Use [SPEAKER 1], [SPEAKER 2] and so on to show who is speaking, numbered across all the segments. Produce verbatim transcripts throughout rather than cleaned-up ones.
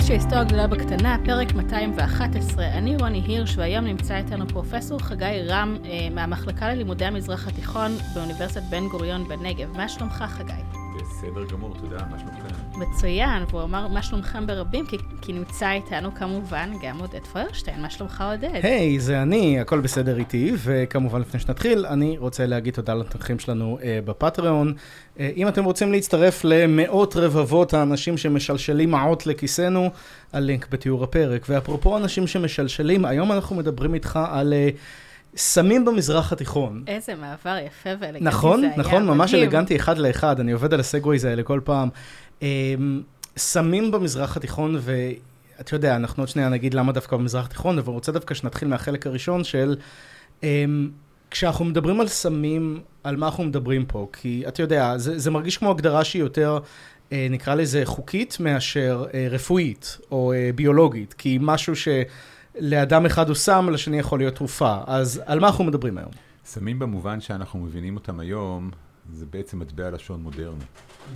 [SPEAKER 1] פודקאסט של היסטוריה גדולה בקטנה, פרק מאתיים ואחת עשרה. אני רוני הירש, והיום נמצא איתנו פרופסור חגי רם מהמחלקה ללימודי המזרח התיכון באוניברסיטת בן גוריון בנגב. מה שלומך, חגי?
[SPEAKER 2] בסדר גמור, תודה, מה שלומכם?
[SPEAKER 1] מצוין, והוא אמר מה שלומכם ברבים, כי, כי נמצא איתנו כמובן גם עודד פוירשטיין. מה שלומך, עודד?
[SPEAKER 3] היי, hey, זה אני, הכל בסדר איתי, וכמובן לפני שנתחיל, אני רוצה להגיד תודה לתומכים שלנו uh, בפטריון. Uh, אם אתם רוצים להצטרף למאות רבבות האנשים שמשלשלים מעות לכיסנו, הלינק בתיאור הפרק. ואפרופו אנשים שמשלשלים, היום אנחנו מדברים איתך על Uh, סמים במזרח התיכון.
[SPEAKER 1] איזה מעבר יפה ואלגנטי
[SPEAKER 3] נכון,
[SPEAKER 1] זה היה.
[SPEAKER 3] נכון, ממש
[SPEAKER 1] מדהים.
[SPEAKER 3] אלגנטי אחד לאחד, אני עובד על הסגווייז האלה כל פעם. סמים במזרח התיכון, ואתה יודע, אנחנו עוד שנייה נגיד למה דווקא במזרח התיכון, אבל רוצה דווקא שנתחיל מהחלק הראשון של, כשאנחנו מדברים על סמים, על מה אנחנו מדברים פה? כי אתה יודע, זה, זה מרגיש כמו הגדרה שהיא יותר, נקרא לזה חוקית, מאשר רפואית או ביולוגית, כי משהו ש... לאדם אחד הוא סם, לשני יכול להיות תרופה. אז על מה אנחנו מדברים היום?
[SPEAKER 2] סמים במובן שאנחנו מבינים אותם היום, זה בעצם מטבע לשון מודרני.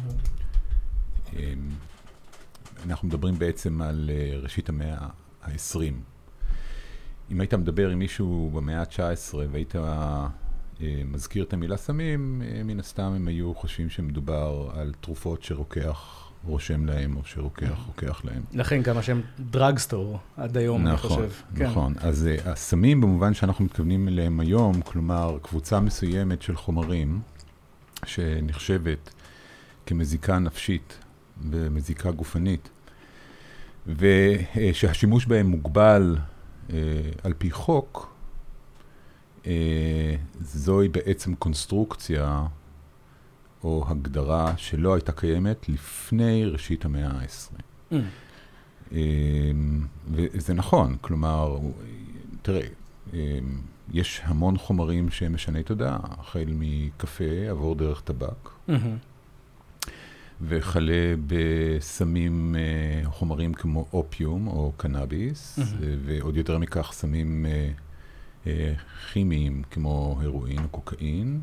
[SPEAKER 2] אנחנו מדברים בעצם על ראשית המאה ה-עשרים. אם היית מדבר עם מישהו במאה ה-תשע עשרה והיית מזכיר את המילה סמים, מן הסתם הם היו חושבים שמדובר על תרופות שרוקח רושם להם, או שרוקח, רוקח להם.
[SPEAKER 3] לכן גם השם דרגסטור עד היום, אני חושב.
[SPEAKER 2] נכון. אז הסמים, במובן שאנחנו מתכוונים אליהם היום, כלומר, קבוצה מסוימת של חומרים, שנחשבת כמזיקה נפשית ומזיקה גופנית, ושהשימוש בהם מוגבל על פי חוק, זוהי בעצם קונסטרוקציה, או הגדרה שלא הייתה קיימת לפני ראשית המאה העשרים. Mm. וזה נכון, כלומר, תראה, יש המון חומרים שהם משני תודעה, החל מקפה, עבור דרך טבק, mm-hmm. וכלה בסמים, חומרים כמו אופיום או קנאביס, mm-hmm. ועוד יותר מכך סמים כימיים כמו הרואין או קוקאין,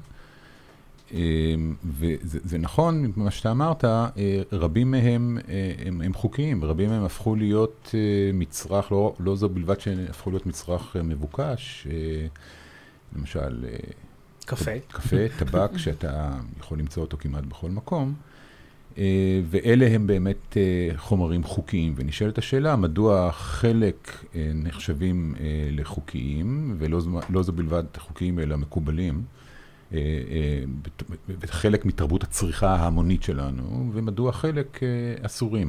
[SPEAKER 2] וזה זה נכון, מה שאתה אמרת, רבים מהם הם, הם חוקיים, רבים מהם הפכו להיות מצרך, לא, לא זו בלבד שהפכו להיות מצרך מבוקש, למשל
[SPEAKER 3] קפה,
[SPEAKER 2] קפה, טבק, שאתה יכול למצוא אותו כמעט בכל מקום, ואלה הם באמת חומרים חוקיים, ונשאלת השאלה, מדוע חלק נחשבים לחוקיים, ולא לא זו בלבד חוקיים אלא מקובלים, וחלק מתרבות הצריכה ההמונית שלנו, ומדוע חלק אסורים.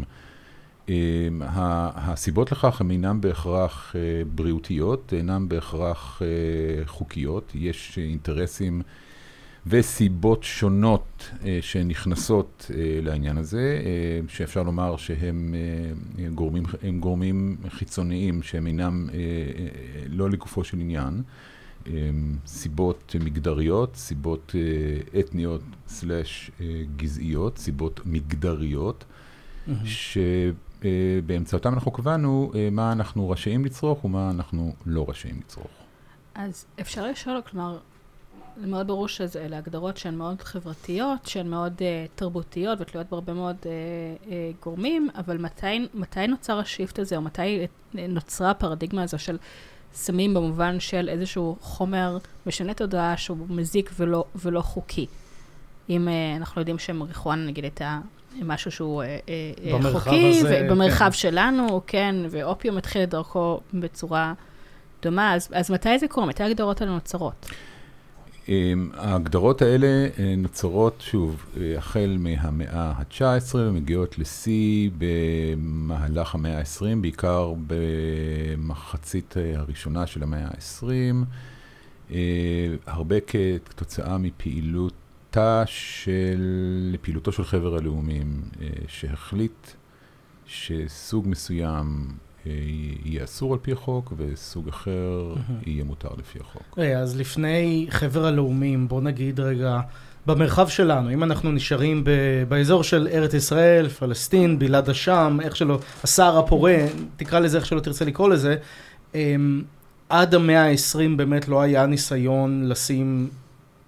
[SPEAKER 2] הסיבות לכך הם אינם בהכרח בריאותיות, אינם בהכרח חוקיות, יש אינטרסים וסיבות שונות שנכנסות לעניין הזה, שאפשר לומר שהם גורמים, הם גורמים חיצוניים, שהם אינם לא לגופו של עניין, סיבות מגדריות, סיבות אתניות סלש גזעיות, סיבות מגדריות, שבאמצעותם אנחנו קבענו מה אנחנו רשאים לצרוך ומה אנחנו לא רשאים לצרוך.
[SPEAKER 1] אז אפשר לשאול, כלומר, זה מאוד ברור שאלה הגדרות שהן מאוד חברתיות, שהן מאוד uh, תרבותיות ותלויות בהרבה מאוד uh, uh, גורמים, אבל מתי, מתי נוצר השיפט הזה, או מתי נוצרה הפרדיגמה הזו של סמים במובן של איזשהו חומר משנה תודעה שהוא מזיק ולא, ולא חוקי. אם uh, אנחנו יודעים שמריחואנה נגיד הייתה משהו שהוא uh, uh, חוקי, הזה, במרחב כן. שלנו, כן, ואופיום התחיל את דרכו בצורה דומה, אז, אז מתי זה קורה? מתי הגדרות האלה נוצרות?
[SPEAKER 2] ההגדרות האלה נוצרות, שוב, החל מהמאה ה-תשע עשרה ומגיעות לשיא במהלך המאה ה-עשרים, בעיקר במחצית הראשונה של המאה ה-עשרים, הרבה כתוצאה מפעילותה של, פעילותו של חבר הלאומים, שהחליט שסוג מסוים יהיה אסור על פי החוק, וסוג אחר יהיה מותר לפי החוק.
[SPEAKER 3] אז לפני חבר הלאומים, בוא נגיד רגע, במרחב שלנו, אם אנחנו נשארים באזור של ארץ ישראל, פלסטין, בלעד השם, איך שלא, הסער הפורה, תקרא לזה איך שלא תרצה לקרוא לזה, עד המאה ה-עשרים באמת לא היה ניסיון לשים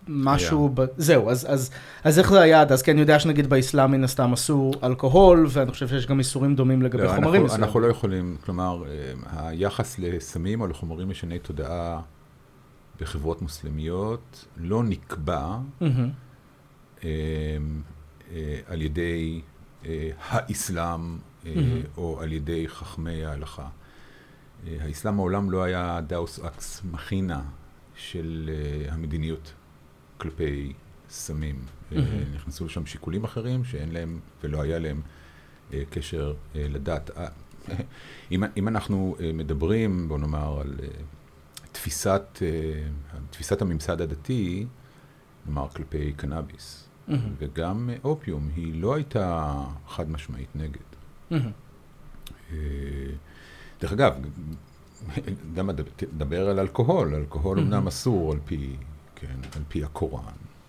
[SPEAKER 3] משהו, ב... זהו, אז, אז, אז איך זה היה עד אז? כי אני יודע שנגיד באסלאם מן הסתם אסור אלכוהול, ואני חושב שיש גם איסורים דומים לגבי
[SPEAKER 2] לא,
[SPEAKER 3] חומרים.
[SPEAKER 2] אנחנו, אנחנו לא יכולים, כלומר, היחס לסמים או לחומרים משני תודעה בחברות מוסלמיות לא נקבע mm-hmm. על ידי האסלאם mm-hmm. או על ידי חכמי ההלכה. האסלאם מעולם לא היה דאוס אקס מכינה של המדיניות כלפי סמים. Mm-hmm. נכנסו לשם שיקולים אחרים שאין להם ולא היה להם קשר לדת. אם, אם אנחנו מדברים, בוא נאמר, על תפיסת, תפיסת הממסד הדתי, נאמר כלפי קנאביס, mm-hmm. וגם אופיום, היא לא הייתה חד משמעית נגד. Mm-hmm. דרך אגב, דבר על אלכוהול, אלכוהול אמנם אסור על פי, כן, על פי הקוראן,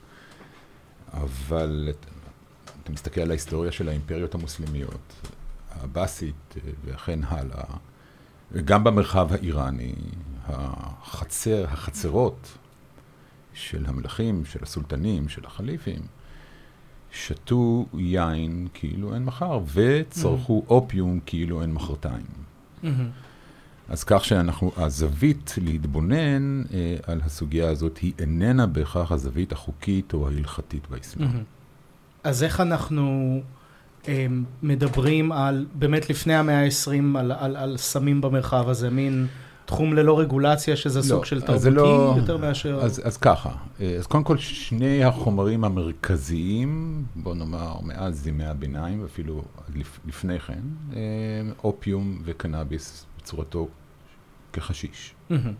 [SPEAKER 2] אבל אתה מסתכל על ההיסטוריה של האימפריות המוסלמיות, הבאסית וכן הלאה, וגם במרחב האיראני, החצר, החצרות של המלכים, של הסולטנים, של החליפים, שתו יין כאילו אין מחר, וצרכו אופיום כאילו אין מחרתיים. אז כך שאנחנו, הזווית להתבונן אה, על הסוגיה הזאת היא איננה בהכרח הזווית החוקית או ההלכתית באסלאם.
[SPEAKER 3] אז איך אנחנו אה, מדברים על, באמת לפני המאה ה-עשרים, על, על, על סמים במרחב הזה, מין תחום ללא רגולציה, שזה לא, סוג של תרבותי לא, יותר מאשר...
[SPEAKER 2] אז, אז ככה, אז קודם כל שני החומרים המרכזיים, בוא נאמר, מאז ימי הביניים, ואפילו לפני כן, אופיום וקנאביס בצורתו כחשיש.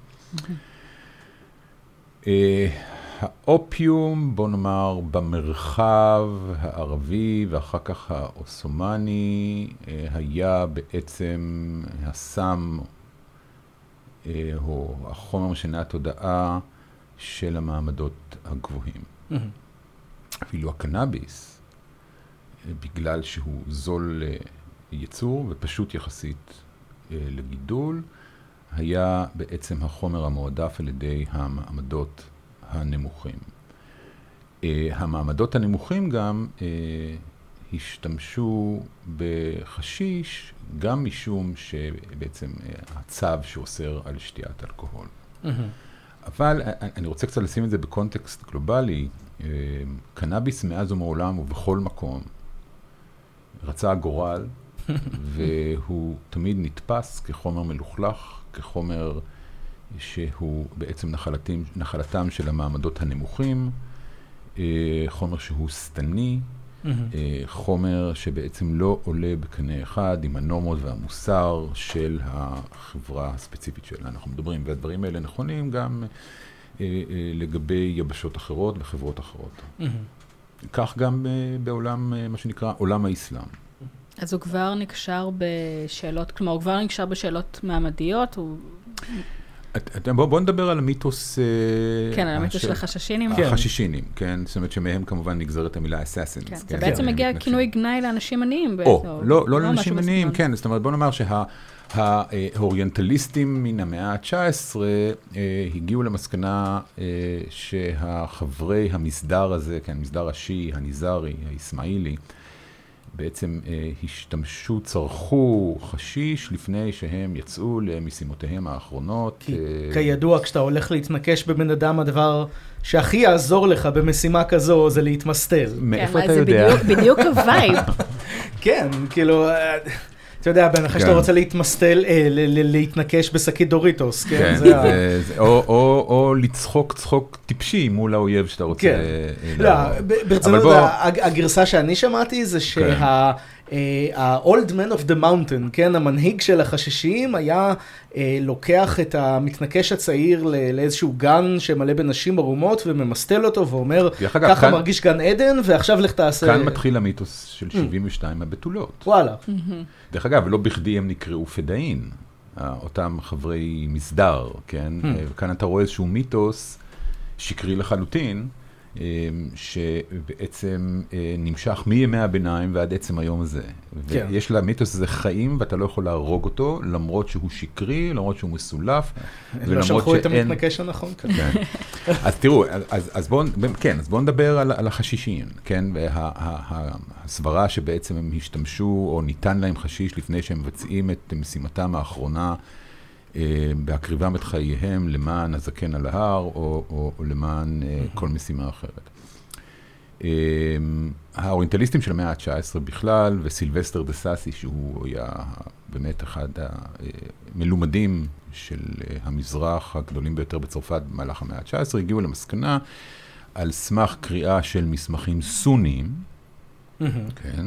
[SPEAKER 2] האופיום, בוא נאמר, במרחב הערבי ואחר כך האוסומני, היה בעצם הסם, או החומר משנה התודעה של המעמדות הגבוהים. אפילו הקנאביס, בגלל שהוא זול לייצור ופשוט יחסית לגידול, היה בעצם החומר המועדף על ידי המעמדות הנמוכים. המעמדות הנמוכים גם השתמשו בחשיש, גם משום שבעצם הצו שאוסר על שתיית אלכוהול. אבל אני רוצה קצת לשים את זה בקונטקסט גלובלי. קנאביס מאז ומעולם ובכל מקום רצה הגורל, והוא תמיד נתפס כחומר מלוכלך, כחומר שהוא בעצם נחלתם, נחלתם של המעמדות הנמוכים, חומר שהוא סתני, mm-hmm. חומר שבעצם לא עולה בקנה אחד עם הנורמות והמוסר של החברה הספציפית שלה. אנחנו מדברים, והדברים האלה נכונים גם לגבי יבשות אחרות וחברות אחרות. Mm-hmm. כך גם בעולם, מה שנקרא, עולם האסלאם.
[SPEAKER 1] אז הוא כבר נקשר בשאלות, כלומר, הוא כבר נקשר בשאלות מעמדיות, הוא...
[SPEAKER 2] בוא, בוא נדבר על המיתוס...
[SPEAKER 1] כן, על המיתוס של החששינים.
[SPEAKER 2] החששינים, כן. זאת אומרת שמהם כמובן נגזרת המילה אסאסינס.
[SPEAKER 1] כן, זה בעצם מגיע כינוי גנאי לאנשים עניים.
[SPEAKER 2] או, לא לאנשים עניים, כן. זאת אומרת, בוא נאמר שהאוריינטליסטים מן המאה ה-תשע עשרה הגיעו למסקנה שהחברי המסדר הזה, כן, מסדר השיעי, הניזרי, האסמאעילי, בעצם אה, השתמשו, צרכו חשיש לפני שהם יצאו למשימותיהם האחרונות.
[SPEAKER 3] כי אה... כידוע, כשאתה הולך להתנקש בבן אדם, הדבר שהכי יעזור לך במשימה כזו זה להתמסטל.
[SPEAKER 2] מאיפה אתה יודע?
[SPEAKER 1] זה בדיוק, בדיוק הווייב.
[SPEAKER 3] כן, כאילו... אתה יודע, בהנחה שאתה רוצה להתמסטל, להתנקש בשקית דוריטוס, כן?
[SPEAKER 2] או לצחוק צחוק טיפשי מול האויב שאתה רוצה...
[SPEAKER 3] כן. לא, ברצינות, הגרסה שאני שמעתי זה שה... ה-old man of the mountain, כן, המנהיג של החששים היה לוקח את המתנקש הצעיר לאיזשהו גן שמלא בנשים ערומות וממסטל אותו ואומר, ככה מרגיש גן עדן ועכשיו לך תעשה...
[SPEAKER 2] כאן מתחיל המיתוס של שבעים ושתיים הבתולות.
[SPEAKER 3] וואלה.
[SPEAKER 2] דרך אגב, לא בכדי הם נקראו פדאין, אותם חברי מסדר, כן, וכאן אתה רואה איזשהו מיתוס שקרי לחלוטין, שבעצם נמשך מימי הביניים ועד עצם היום הזה.
[SPEAKER 3] כן.
[SPEAKER 2] ויש למיתוס הזה חיים, ואתה לא יכול להרוג אותו, למרות שהוא שקרי, למרות שהוא מסולף.
[SPEAKER 3] לא שלחו את המתנקש הנכון.
[SPEAKER 2] כן. אז תראו, אז בואו, כן, אז בואו נדבר על החשישים, כן? והסברה שבעצם הם השתמשו, או ניתן להם חשיש לפני שהם מבצעים את משימתם האחרונה, בהקריבם את חייהם למען הזקן על ההר, או למען כל משימה אחרת. האוריינטליסטים של המאה ה-תשע עשרה בכלל, וסילבסטר דה סאסי, שהוא היה באמת אחד המלומדים של המזרח הגדולים ביותר בצרפת במהלך המאה ה-תשע עשרה, הגיעו למסקנה על סמך קריאה של מסמכים סוניים, כן,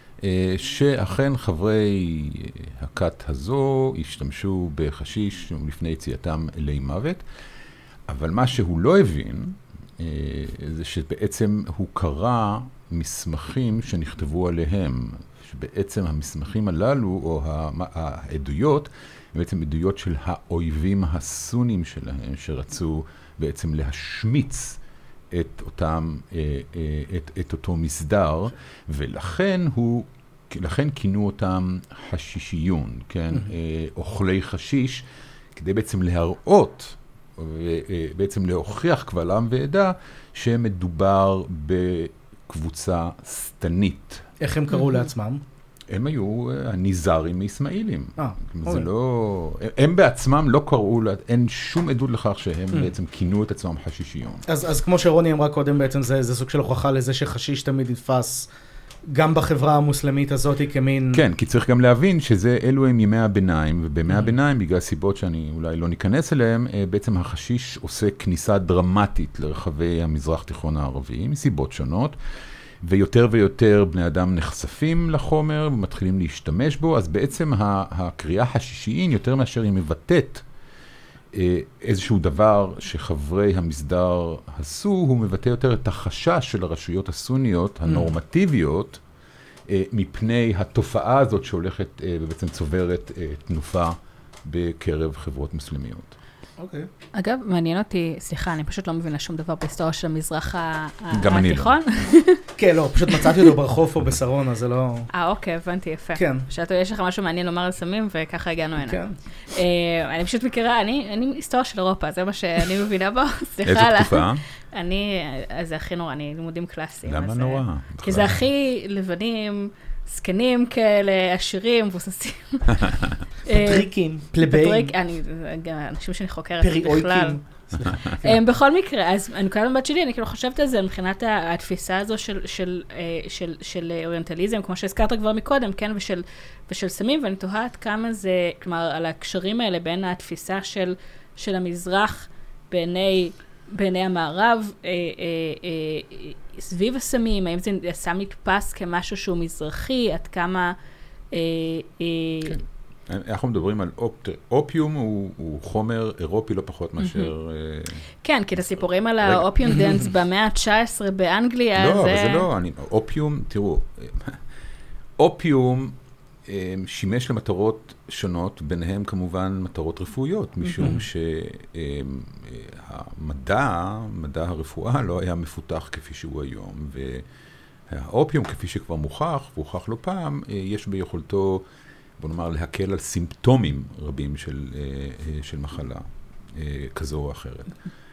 [SPEAKER 2] שאכן חברי הכת הזו השתמשו בחשיש לפני יציאתם אלי מוות, אבל מה שהוא לא הבין, זה שבעצם הוא קרא מסמכים שנכתבו עליהם, שבעצם המסמכים הללו, או העדויות, בעצם עדויות של האויבים הסונים שלהם, שרצו בעצם להשמיץ את אותם, את, את אותו מסדר, ולכן הוא, לכן כינו אותם חשישיון, כן? אוכלי חשיש, כדי בעצם להראות, ובעצם להוכיח קבל עם ועדה, שמדובר בקבוצה סתנית.
[SPEAKER 3] איך הם קראו לעצמם?
[SPEAKER 2] הם היו הניזרים מאיסמעילים.
[SPEAKER 3] אה,
[SPEAKER 2] זה לא... הם בעצמם לא קראו, אין שום עדות לכך שהם בעצם כינו את עצמם חשישיון.
[SPEAKER 3] אז, אז כמו שרוני אמרה קודם, בעצם זה, זה סוג של הוכחה לזה שחשיש תמיד נתפס גם בחברה המוסלמית הזאת כמין...
[SPEAKER 2] כן, כי צריך גם להבין שזה, אלו הם ימי הביניים, ובימי הביניים, בגלל סיבות שאני אולי לא ניכנס אליהם, בעצם החשיש עושה כניסה דרמטית לרחבי המזרח תיכון הערבי, מסיבות שונות, ויותר ויותר בני אדם נחשפים לחומר ומתחילים להשתמש בו, אז בעצם הקריאה חשישיין, יותר מאשר היא מבטאת איזשהו דבר שחברי המסדר עשו, הוא מבטא יותר את החשש של הרשויות הסוניות, הנורמטיביות, מפני התופעה הזאת שהולכת ובעצם צוברת תנופה בקרב חברות מוסלמיות.
[SPEAKER 3] אוקיי.
[SPEAKER 1] אגב, מעניין אותי, סליחה, אני פשוט לא מבינה שום דבר בהיסטוריה של המזרח התיכון.
[SPEAKER 2] גם אני לא.
[SPEAKER 3] כן, לא, פשוט מצאתי אותו ברחוב או בסרון, אז זה לא...
[SPEAKER 1] אה, אוקיי, הבנתי, יפה.
[SPEAKER 3] כן.
[SPEAKER 1] שאתה, יש לך משהו מעניין לומר על סמים, וככה הגענו הנה.
[SPEAKER 3] כן.
[SPEAKER 1] אני פשוט מכירה, אני היסטוריה של אירופה, זה מה שאני מבינה בו, סליחה.
[SPEAKER 2] איזה תקופה?
[SPEAKER 1] אני, זה הכי נורא, אני לימודים קלאסיים.
[SPEAKER 2] למה נורא?
[SPEAKER 1] כי זה הכי לבנים, סקנים כאלה, עשירים, מבוססים.
[SPEAKER 3] פטריקים, פלבאים.
[SPEAKER 1] אנשים שאני חוקרת בכלל. בכל מקרה, אז אני קוראת במבט שלי, אני כאילו חושבת על זה, מבחינת התפיסה הזו של אוריינטליזם, כמו שהזכרת כבר מקודם, כן, ושל סמים, ואני תוהה עד כמה זה, כלומר, על הקשרים האלה בין התפיסה של המזרח בעיני... בעיני המערב, אה, אה, אה, סביב הסמים, האם זה סם נתפס כמשהו שהוא מזרחי, עד כמה... אה, אה...
[SPEAKER 2] כן. אנחנו מדברים על אופ... אופיום, הוא, הוא חומר אירופי לא פחות מאשר... אה...
[SPEAKER 1] כן, כי את הסיפורים על האופיום דנס במאה ה-תשע עשרה באנגליה,
[SPEAKER 2] לא,
[SPEAKER 1] זה...
[SPEAKER 2] אבל זה לא, אני... אופיום, תראו, אופיום שימש למטרות שונות, ביניהם כמובן מטרות רפואיות, משום שהמדע, מדע הרפואה לא היה מפותח כפי שהוא היום, והאופיום כפי שכבר מוכח, והוכח לא פעם, יש ביכולתו, בוא נאמר, להקל על סימפטומים רבים של, של מחלה כזו או אחרת.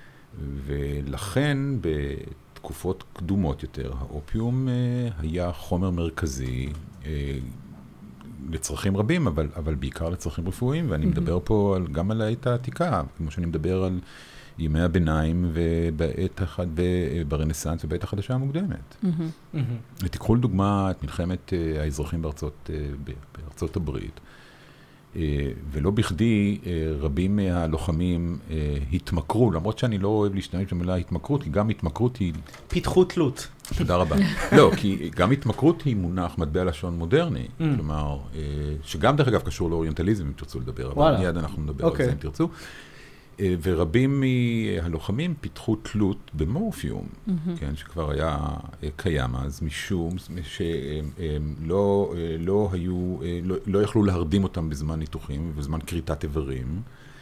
[SPEAKER 2] ולכן בתקופות קדומות יותר, האופיום היה חומר מרכזי, לצרכים רבים, אבל, אבל בעיקר לצרכים רפואיים, ואני mm-hmm. מדבר פה על, גם על העת העתיקה, כמו שאני מדבר על ימי הביניים ובעת אחד, ברנסנס ובעת החדשה המוקדמת. Mm-hmm. Mm-hmm. ותיקחו לדוגמה את מלחמת uh, האזרחים בארצות, uh, בארצות הברית, uh, ולא בכדי uh, רבים מהלוחמים uh, התמכרו, למרות שאני לא אוהב להשתמש במילה התמכרות, כי גם התמכרות היא...
[SPEAKER 3] פיתחו תלות.
[SPEAKER 2] תודה רבה. לא, כי גם התמכרות היא מונח מטבע לשון מודרני, כלומר, שגם דרך אגב קשור לאוריינטליזם, אם תרצו לדבר, אבל מיד אנחנו נדבר על זה אם תרצו. ורבים מהלוחמים פיתחו תלות במורפיום, כן, שכבר היה קיים אז, משום שהם לא, לא היו, לא, לא יכלו להרדים אותם בזמן ניתוחים ובזמן כריתת איברים,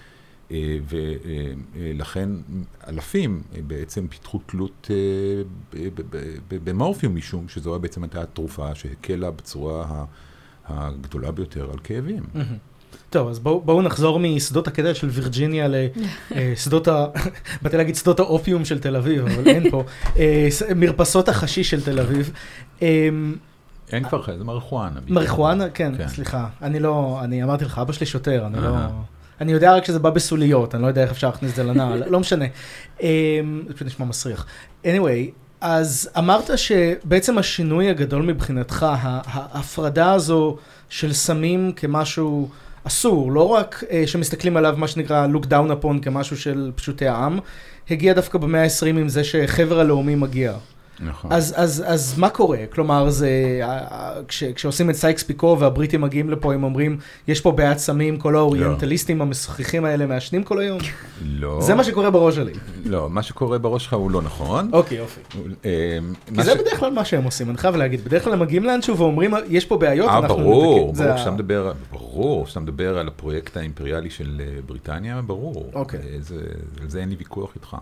[SPEAKER 2] ולכן אלפים בעצם פיתחו תלות במורפיום, משום שזו הייתה בעצם התרופה שהקלה בצורה הגדולה ביותר על כאבים.
[SPEAKER 3] טוב, אז בואו בוא נחזור משדות הקטע של וירג'יניה לשדות ה... באתי להגיד שדות האופיום של תל אביב, אבל אין פה. מרפסות החשיש של תל אביב.
[SPEAKER 2] אין כבר חי, זה מריחואנה.
[SPEAKER 3] מריחואנה? כן, כן, סליחה. אני לא, אני אמרתי לך, אבא שלי שוטר, אני לא... אני יודע רק שזה בא בסוליות, אני לא יודע איך אפשר להכניס את זה לנעל, לא משנה. זה פשוט נשמע מסריח. anyway, אז אמרת שבעצם השינוי הגדול מבחינתך, ההפרדה הזו של סמים כמשהו אסור, לא רק שמסתכלים עליו מה שנקרא look down upon כמשהו של פשוטי העם, הגיע דווקא במאה ה-עשרים עם זה שחבר הלאומי מגיע.
[SPEAKER 2] נכון.
[SPEAKER 3] אז, אז, אז מה קורה? כלומר, זה, כש, כשעושים את סייקס פיקו והבריטים מגיעים לפה, הם אומרים, יש פה בעיית סמים, כל האוריינטליסטים המשכיחים האלה מעשנים כל היום?
[SPEAKER 2] לא.
[SPEAKER 3] זה מה שקורה בראש שלי.
[SPEAKER 2] לא, מה שקורה בראש שלך הוא לא נכון.
[SPEAKER 3] אוקיי, יופי. כי זה בדרך כלל מה שהם עושים, אני חייב להגיד, בדרך כלל הם מגיעים לאנשהו ואומרים, יש פה בעיות, אנחנו נתקן.
[SPEAKER 2] ברור, ברור, כשאתה מדבר, ברור, כשאתה מדבר על הפרויקט האימפריאלי של בריטניה, ברור.
[SPEAKER 3] אוקיי.
[SPEAKER 2] זה אין לי ויכוח איתך.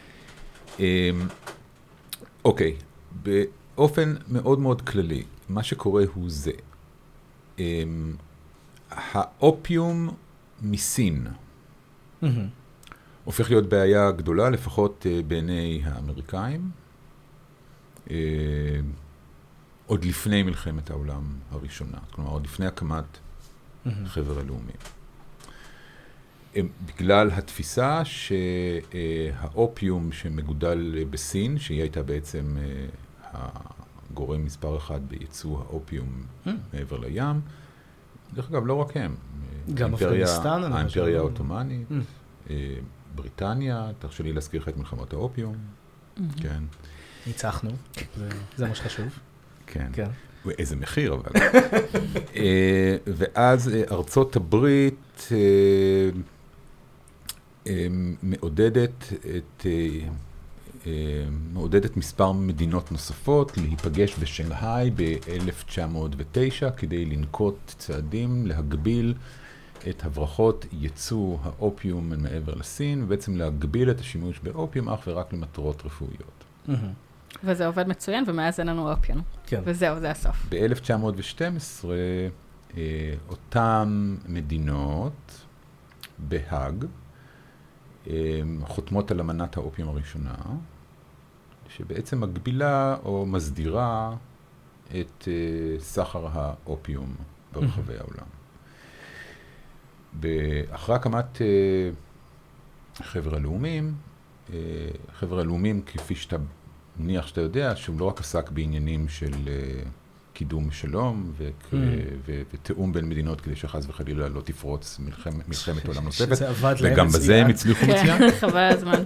[SPEAKER 2] אוקיי, באופן מאוד מאוד כללי, מה שקורה הוא זה. האופיום מסין הופך להיות בעיה גדולה, לפחות בעיני האמריקאים, עוד לפני מלחמת העולם הראשונה, כלומר עוד לפני הקמת חבר הלאומי. בגלל התפיסה שהאופיום שמגודל בסין, שהיא הייתה בעצם הגורם מספר אחד בייצוא האופיום מעבר לים, דרך אגב, לא רק הם.
[SPEAKER 3] גם אפגניסטן.
[SPEAKER 2] האימפריה האוטומנית, בריטניה, תרשה לי להזכיר לך את מלחמות האופיום. כן.
[SPEAKER 3] ניצחנו, זה מה שחשוב.
[SPEAKER 2] כן. איזה מחיר, אבל. ואז ארצות הברית מעודדת את, מעודדת מספר מדינות נוספות להיפגש בשנגחאי ב-אלף תשע מאות ותשע כדי לנקוט צעדים להגביל את הברחות ייצוא האופיום מעבר לסין, ובעצם להגביל את השימוש באופיום אך ורק למטרות רפואיות.
[SPEAKER 1] וזה עובד מצוין, ומאז אין לנו אופיום.
[SPEAKER 3] כן.
[SPEAKER 1] וזהו, זה הסוף.
[SPEAKER 2] ב-אלף תשע מאות ושתים עשרה, אותן מדינות בהאג, חותמות על אמנת האופיום הראשונה, שבעצם מגבילה או מסדירה את סחר האופיום ברחבי העולם. אחרי הקמת חבר הלאומים, חבר הלאומים, כפי שאתה מניח שאתה יודע, שהוא לא רק עסק בעניינים של קידום שלום ותאום בין מדינות כדי שחס וחלילה לא תפרוץ מלחמת עולם נוספת, וגם בזה הם הצליחו מצוין.
[SPEAKER 1] חבל הזמן.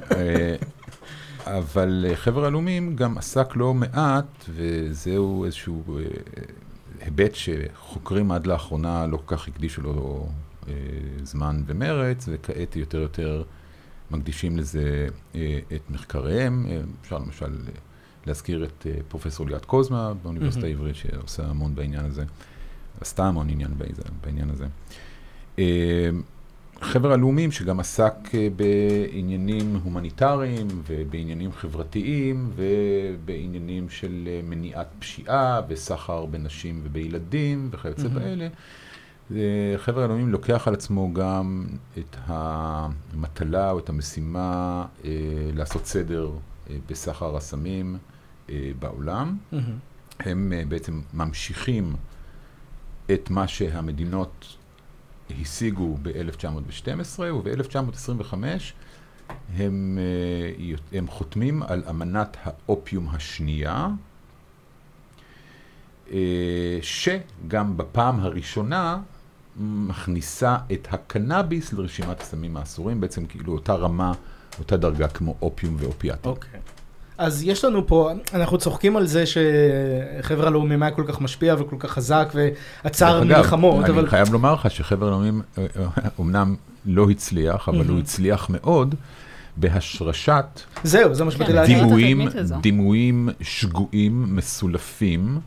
[SPEAKER 2] אבל חבר הלאומים גם עסק לא מעט, וזהו איזשהו היבט שחוקרים עד לאחרונה לא כל כך הקדישו לו זמן ומרץ, וכעת יותר יותר מקדישים לזה את מחקריהם. אפשר למשל להזכיר את פרופסור ליאת קוזמה באוניברסיטה העברית, שעושה המון בעניין הזה, עשתה המון עניין בעניין הזה. חבר הלאומים שגם עסק בעניינים הומניטריים ובעניינים חברתיים ובעניינים של מניעת פשיעה וסחר בנשים ובילדים וכיוצא באלה. חבר הלאומים לוקח על עצמו גם את המטלה או את המשימה לעשות סדר בסחר הסמים בעולם. הם בעצם ממשיכים את מה שהמדינות השיגו ב-אלף תשע מאות ושתים עשרה, וב-אלף תשע מאות עשרים וחמש הם, הם חותמים על אמנת האופיום השנייה, שגם בפעם הראשונה מכניסה את הקנאביס לרשימת הסמים האסורים, בעצם כאילו אותה רמה, אותה דרגה כמו אופיום ואופיאטים.
[SPEAKER 3] אוקיי. אז יש לנו פה, אנחנו צוחקים על זה שחבר הלאומים היה כל כך משפיע וכל כך חזק ועצר מלחמות.
[SPEAKER 2] אגב, אני חייב לומר לך שחבר הלאומים אומנם לא הצליח, אבל הוא הצליח מאוד בהשרשת
[SPEAKER 3] זהו, זה מה שבאתי להגיד.
[SPEAKER 2] דימויים שגויים, מסולפים,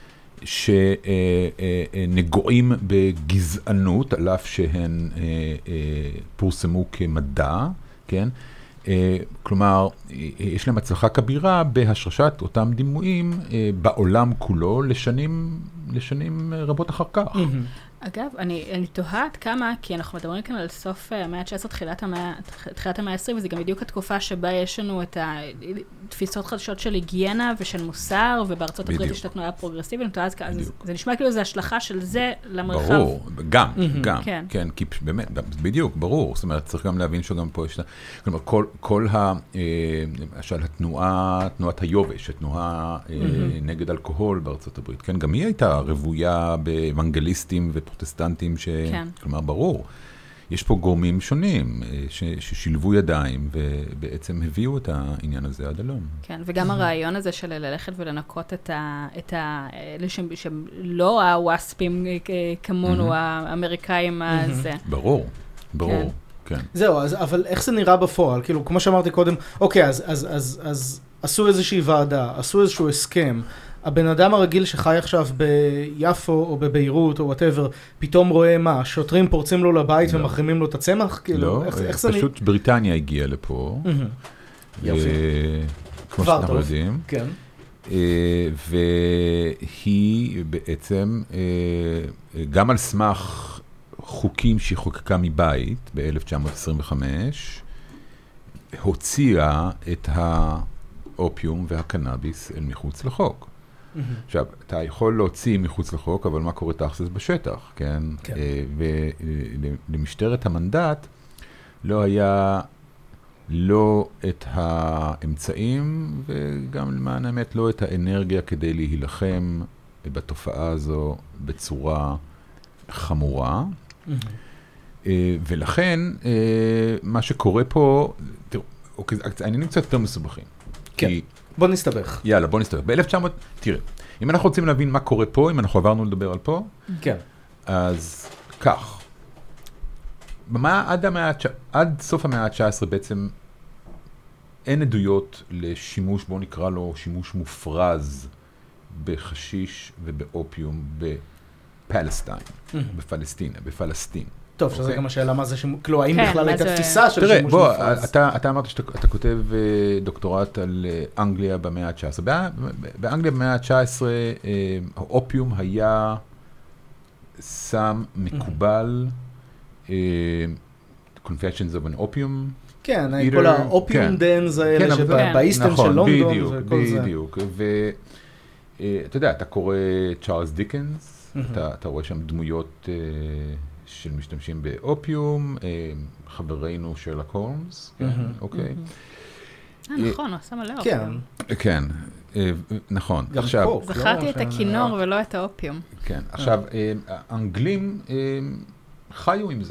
[SPEAKER 2] שנגועים בגזענות, על אף שהן פורסמו כמדע, כן? כלומר, יש להם הצלחה כבירה בהשרשת אותם דימויים בעולם כולו לשנים, לשנים רבות אחר כך.
[SPEAKER 1] אגב, אני, אני תוהה כמה, כי אנחנו מדברים כאן על סוף המאה ה-תשע עשרה, תחילת המאה, תחילת המאה ה-עשרים, וזה גם בדיוק התקופה שבה יש לנו את התפיסות חדשות של היגיינה ושל מוסר, ובארצות הברית יש את התנועה הפרוגרסיבית, אז זה, זה נשמע כאילו זה השלכה של זה למרחב.
[SPEAKER 2] ברור, גם,
[SPEAKER 1] Mm-hmm.
[SPEAKER 2] גם,
[SPEAKER 1] כן.
[SPEAKER 2] כן, כי באמת, בדיוק, ברור, זאת אומרת, צריך גם להבין שגם פה יש, כלומר, כל, כל ה, למשל, התנועה, תנועת היובש, התנועה mm-hmm. נגד אלכוהול בארצות הברית, כן, גם היא הייתה רוויה באוונגליסטים ופרוטסטנטים, ש...
[SPEAKER 1] כן.
[SPEAKER 2] כלומר, ברור, יש פה גורמים שונים ש, ששילבו ידיים ובעצם הביאו את העניין הזה עד הלום.
[SPEAKER 1] כן, וגם הרעיון הזה של ללכת ולנקות את ה... את ה... אלה שהם, שהם לא הווספים כמונו, האמריקאים הזה.
[SPEAKER 2] ברור, ברור. כן.
[SPEAKER 3] זהו, אז, אבל איך זה נראה בפועל? כאילו, כמו שאמרתי קודם, אוקיי, אז, אז, אז, אז עשו איזושהי ועדה, עשו איזשהו הסכם, הבן אדם הרגיל שחי עכשיו ביפו או בביירות או whatever, פתאום רואה מה, שוטרים פורצים לו לבית
[SPEAKER 2] לא.
[SPEAKER 3] ומחרימים לו את הצמח? כאילו,
[SPEAKER 2] לא,
[SPEAKER 3] איך, איך
[SPEAKER 2] פשוט נ... בריטניה הגיעה לפה.
[SPEAKER 3] Mm-hmm. יופי.
[SPEAKER 2] כמו שאנחנו יודעים.
[SPEAKER 3] כן.
[SPEAKER 2] והיא בעצם, גם על סמך חוקים שהיא חוקקה מבית ב-אלף תשע מאות עשרים וחמש, הוציאה את האופיום והקנאביס אל מחוץ לחוק. עכשיו, אתה יכול להוציא מחוץ לחוק, אבל מה קורה תכלס בשטח, כן?
[SPEAKER 3] כן.
[SPEAKER 2] ולמשטרת המנדט לא היה לא את האמצעים, וגם למען האמת לא את האנרגיה כדי להילחם בתופעה הזו בצורה חמורה. ולכן, מה שקורה פה, תראו, העניינים קצת יותר מסובכים.
[SPEAKER 3] כן. בוא נסתבך.
[SPEAKER 2] יאללה, בוא נסתבך. ב-אלף תשע מאות, תראה, אם אנחנו רוצים להבין מה קורה פה, אם אנחנו עברנו לדבר על פה,
[SPEAKER 3] כן.
[SPEAKER 2] אז כך. במה, עד, המאה, עד סוף המאה ה-תשע עשרה בעצם אין עדויות לשימוש, בוא נקרא לו שימוש מופרז בחשיש ובאופיום בפלסטיין, בפלסטינה, בפלסטין.
[SPEAKER 3] טוב, שזו גם השאלה מה זה שימוש, כלומר, האם בכלל הייתה תפיסה של שימוש
[SPEAKER 2] מופרז?
[SPEAKER 3] מופרז?
[SPEAKER 2] תראה, בוא, אתה אמרת שאתה כותב דוקטורט על אנגליה במאה ה-תשע עשרה. באנגליה במאה ה-תשע עשרה, האופיום היה סם מקובל, Confessions of an Opium.
[SPEAKER 3] כן, כל האופיום דנס האלה שבאיסטן של לונדון וכל זה.
[SPEAKER 2] בדיוק, ואתה יודע, אתה קורא צ'ארלס דיקנס, אתה רואה שם דמויות של משתמשים באופיום, חברינו שרלוק הולמס, אוקיי.
[SPEAKER 1] נכון, הוא עשה מלא אופיום.
[SPEAKER 2] כן, נכון.
[SPEAKER 1] זכרתי את הכינור ולא את האופיום.
[SPEAKER 2] כן, עכשיו, האנגלים חיו עם זה.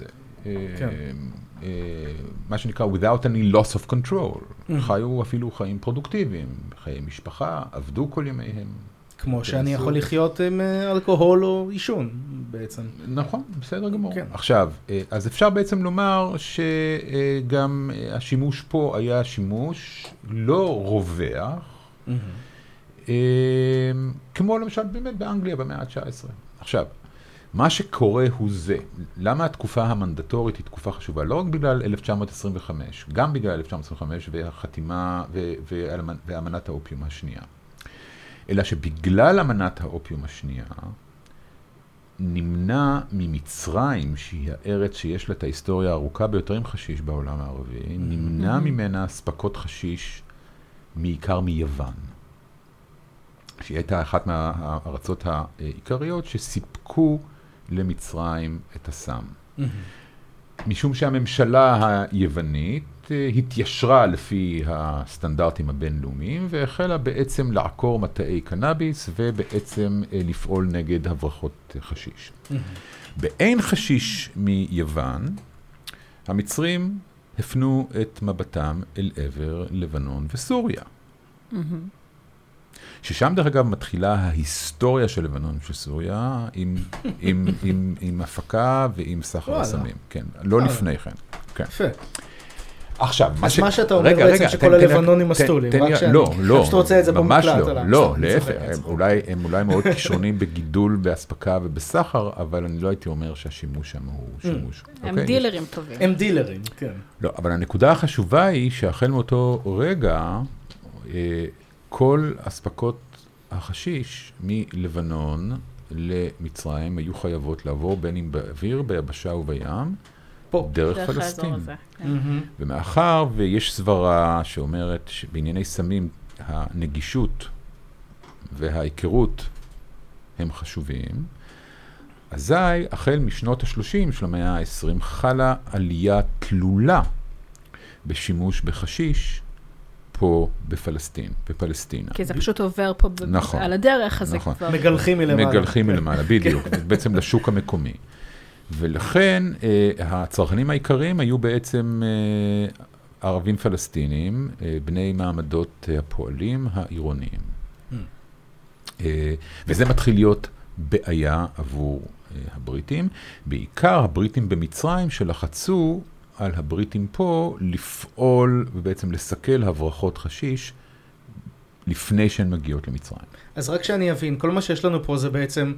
[SPEAKER 2] מה שנקרא without any loss of control. חיו אפילו חיים פרודוקטיביים, חיי משפחה, עבדו כל ימיהם.
[SPEAKER 3] כמו שאני יכול לחיות עם אלכוהול או אישון בעצם.
[SPEAKER 2] נכון, בסדר גמור. עכשיו, אז אפשר בעצם לומר שגם השימוש פה היה שימוש לא רווח, כמו למשל באמת באנגליה במאה ה-תשע עשרה. עכשיו, מה שקורה הוא זה, למה התקופה המנדטורית היא תקופה חשובה? לא רק בגלל אלף תשע מאות עשרים וחמש, גם בגלל אלף תשע מאות עשרים וחמש והחתימה ואמנת האופיום השנייה. אלא שבגלל אמנת האופיום השנייה, נמנע ממצרים, שהיא הארץ שיש לה את ההיסטוריה הארוכה ביותר עם חשיש בעולם הערבי, נמנע ממנה אספקות חשיש מעיקר מיוון. שהיא הייתה אחת מהארצות העיקריות שסיפקו למצרים את הסם. משום שהממשלה היוונית התיישרה לפי הסטנדרטים הבינלאומיים, והחלה בעצם לעקור מטעי קנאביס, ובעצם לפעול נגד הברחות חשיש. באין חשיש מיוון, המצרים הפנו את מבטם אל עבר לבנון וסוריה. ששם דרך אגב מתחילה ההיסטוריה של לבנון ושל סוריה, עם, עם, עם, עם הפקה ועם סחר הסמים. כן, לא לפני כן. כן.
[SPEAKER 3] יפה.
[SPEAKER 2] עכשיו,
[SPEAKER 3] אז מה שאתה אומר בעצם שכל הלבנונים מסטולים, רק שאני,
[SPEAKER 2] לא, לא,
[SPEAKER 3] שאתה רוצה את זה במקלט.
[SPEAKER 2] ממש לא, לא, להפך, הם אולי מאוד כישרונים בגידול, בהספקה ובסחר, אבל אני לא הייתי אומר שהשימוש שם הוא שימוש.
[SPEAKER 1] הם דילרים טובים.
[SPEAKER 3] הם דילרים, כן.
[SPEAKER 2] לא, אבל הנקודה החשובה היא שהחל מאותו רגע, כל אספקות החשיש מלבנון למצרים היו חייבות לעבור בין אם באוויר, ביבשה ובים,
[SPEAKER 3] פה.
[SPEAKER 2] דרך
[SPEAKER 1] דרך האזור
[SPEAKER 2] פלסטין.
[SPEAKER 1] הזה. כן.
[SPEAKER 3] מהמם.
[SPEAKER 2] ומאחר ויש סברה שאומרת שבענייני סמים הנגישות וההיכרות הם חשובים, אזי החל משנות ה-שלושים של המאה ה-עשרים חלה עלייה תלולה בשימוש בחשיש פה בפלסטין, בפלסטינה.
[SPEAKER 1] כי זה פשוט עובר פה ב-
[SPEAKER 2] נכון.
[SPEAKER 1] על הדרך, אז זה
[SPEAKER 2] נכון.
[SPEAKER 1] כבר...
[SPEAKER 3] מגלחים מלמעלה.
[SPEAKER 2] מגלחים מלמעלה, בדיוק, בעצם לשוק המקומי. ולכן אה, הצרכנים העיקריים היו בעצם אה, ערבים פלסטינים, אה, בני מעמדות אה, הפועלים העירוניים.
[SPEAKER 3] Mm.
[SPEAKER 2] אה, וזה מתחיל להיות בעיה עבור אה, הבריטים, בעיקר הבריטים במצרים שלחצו על הבריטים פה לפעול ובעצם לסכל הברחות חשיש לפני שהן מגיעות למצרים.
[SPEAKER 3] אז רק שאני אבין, כל מה שיש לנו פה זה בעצם,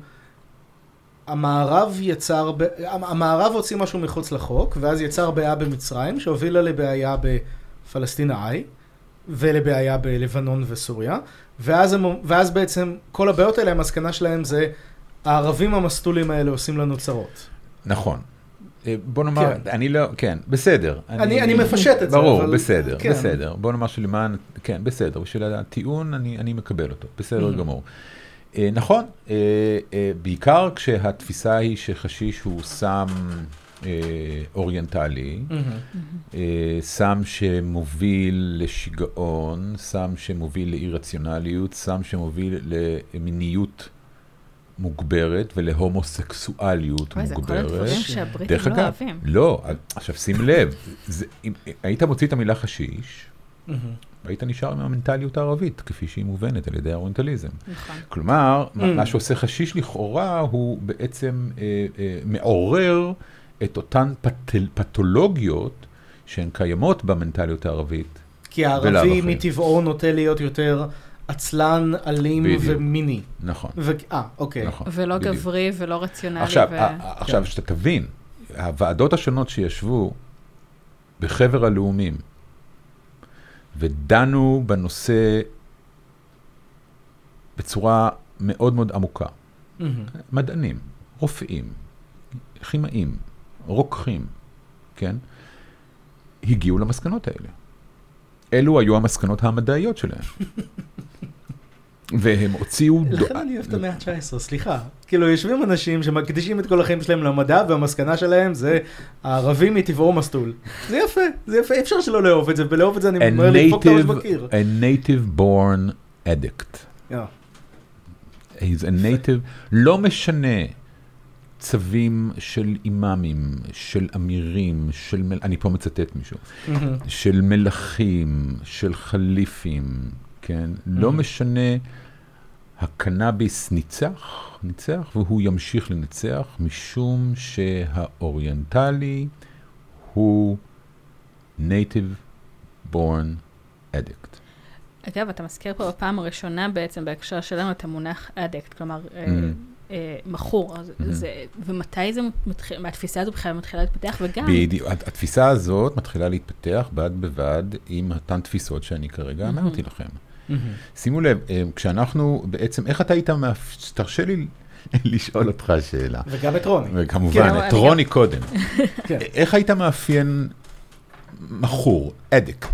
[SPEAKER 3] המערב יצר, ב... המערב הוציא משהו מחוץ לחוק, ואז יצר בעיה במצרים, שהובילה לבעיה בפלסטינאי, ולבעיה בלבנון וסוריה, ואז, הם... ואז בעצם כל הבעיות האלה, המסקנה שלהם זה, הערבים המסטולים האלה עושים לנו צרות.
[SPEAKER 2] נכון. בוא נאמר, כן. אני לא, כן, בסדר.
[SPEAKER 3] אני, אני, אני מפשט את זה.
[SPEAKER 2] ברור,
[SPEAKER 3] אבל...
[SPEAKER 2] בסדר,
[SPEAKER 3] כן.
[SPEAKER 2] בסדר. בוא נאמר שלמען, כן, בסדר. בשביל הטיעון אני, אני מקבל אותו. בסדר mm-hmm. גמור. אה, נכון, אה, אה, בעיקר כשהתפיסה היא שחשיש הוא סם אה, אוריינטלי, mm-hmm. אה, סם שמוביל לשיגעון, סם שמוביל לאי-רציונליות, סם שמוביל למיניות מוגברת ולהומוסקסואליות מוגברת.
[SPEAKER 1] זה כל הדברים שהבריטים לא
[SPEAKER 2] אגב,
[SPEAKER 1] אוהבים.
[SPEAKER 2] לא, עכשיו שים לב, זה, אם היית מוציא את המילה חשיש,
[SPEAKER 3] Mm-hmm.
[SPEAKER 2] היית נשאר עם המנטליות הערבית, כפי שהיא מובנת על ידי האוריינטליזם.
[SPEAKER 1] נכון.
[SPEAKER 2] כלומר,
[SPEAKER 3] Mm.
[SPEAKER 2] מה שעושה חשיש לכאורה הוא בעצם אה, אה, מעורר את אותן פתל, פתולוגיות שהן קיימות במנטליות הערבית.
[SPEAKER 3] כי הערבי מטבעו נוטה להיות יותר עצלן, אלים
[SPEAKER 2] בדיוק.
[SPEAKER 3] ומיני.
[SPEAKER 2] נכון.
[SPEAKER 3] ו... אה, אוקיי.
[SPEAKER 2] נכון.
[SPEAKER 1] ולא
[SPEAKER 2] בדיוק.
[SPEAKER 1] גברי ולא רציונלי.
[SPEAKER 2] עכשיו,
[SPEAKER 1] ו...
[SPEAKER 2] ה- עכשיו שאתה תבין, הוועדות השונות שישבו בחבר הלאומים, ודנו בנושא בצורה מאוד מאוד עמוקה.
[SPEAKER 3] Mm-hmm.
[SPEAKER 2] מדענים, רופאים, כימאים, רוקחים, כן? הגיעו למסקנות האלה. אלו היו המסקנות המדעיות שלהם. והם הוציאו...
[SPEAKER 3] לכן אני אוהב את המאה ה-תשע עשרה, סליחה. כאילו, יושבים אנשים שמקדישים את כל החיים שלהם למדע, והמסקנה שלהם זה הערבים מטבעו מסטול. זה יפה, זה יפה, אי אפשר שלא לאהוב את זה, ולאהוב את זה אני אומר לדפוק את הראש בקיר.
[SPEAKER 2] A native born addict.
[SPEAKER 3] Yeah.
[SPEAKER 2] He's a native, לא משנה צווים של אימאמים, של אמירים, של, מל... אני פה מצטט מישהו,
[SPEAKER 3] Mm-hmm.
[SPEAKER 2] של מלכים, של חליפים, כן? Mm-hmm. לא משנה, הקנאביס ניצח, ניצח, והוא ימשיך לנצח, משום שהאוריינטלי הוא native born addict.
[SPEAKER 1] אגב, אתה מזכיר פה בפעם הראשונה בעצם בהקשר שלנו את המונח addict, כלומר, mm-hmm. אה, מכור, אז
[SPEAKER 2] Mm-hmm.
[SPEAKER 1] זה, ומתי זה מתחיל, התפיסה הזו בכלל מתחילה להתפתח, וגם...
[SPEAKER 2] בדיוק, התפיסה הזאת מתחילה להתפתח בד בבד עם אותן תפיסות שאני כרגע
[SPEAKER 1] Mm-hmm.
[SPEAKER 2] אמרתי לכם.
[SPEAKER 3] Mm-hmm.
[SPEAKER 2] שימו לב, כשאנחנו בעצם, איך אתה היית, מאפ... תרשה לי לשאול אותך שאלה.
[SPEAKER 3] וגם את רוני.
[SPEAKER 2] וכמובן,
[SPEAKER 1] כן,
[SPEAKER 2] את רוני
[SPEAKER 1] גם...
[SPEAKER 2] קודם.
[SPEAKER 3] כן.
[SPEAKER 2] איך היית מאפיין מכור, אדיקט?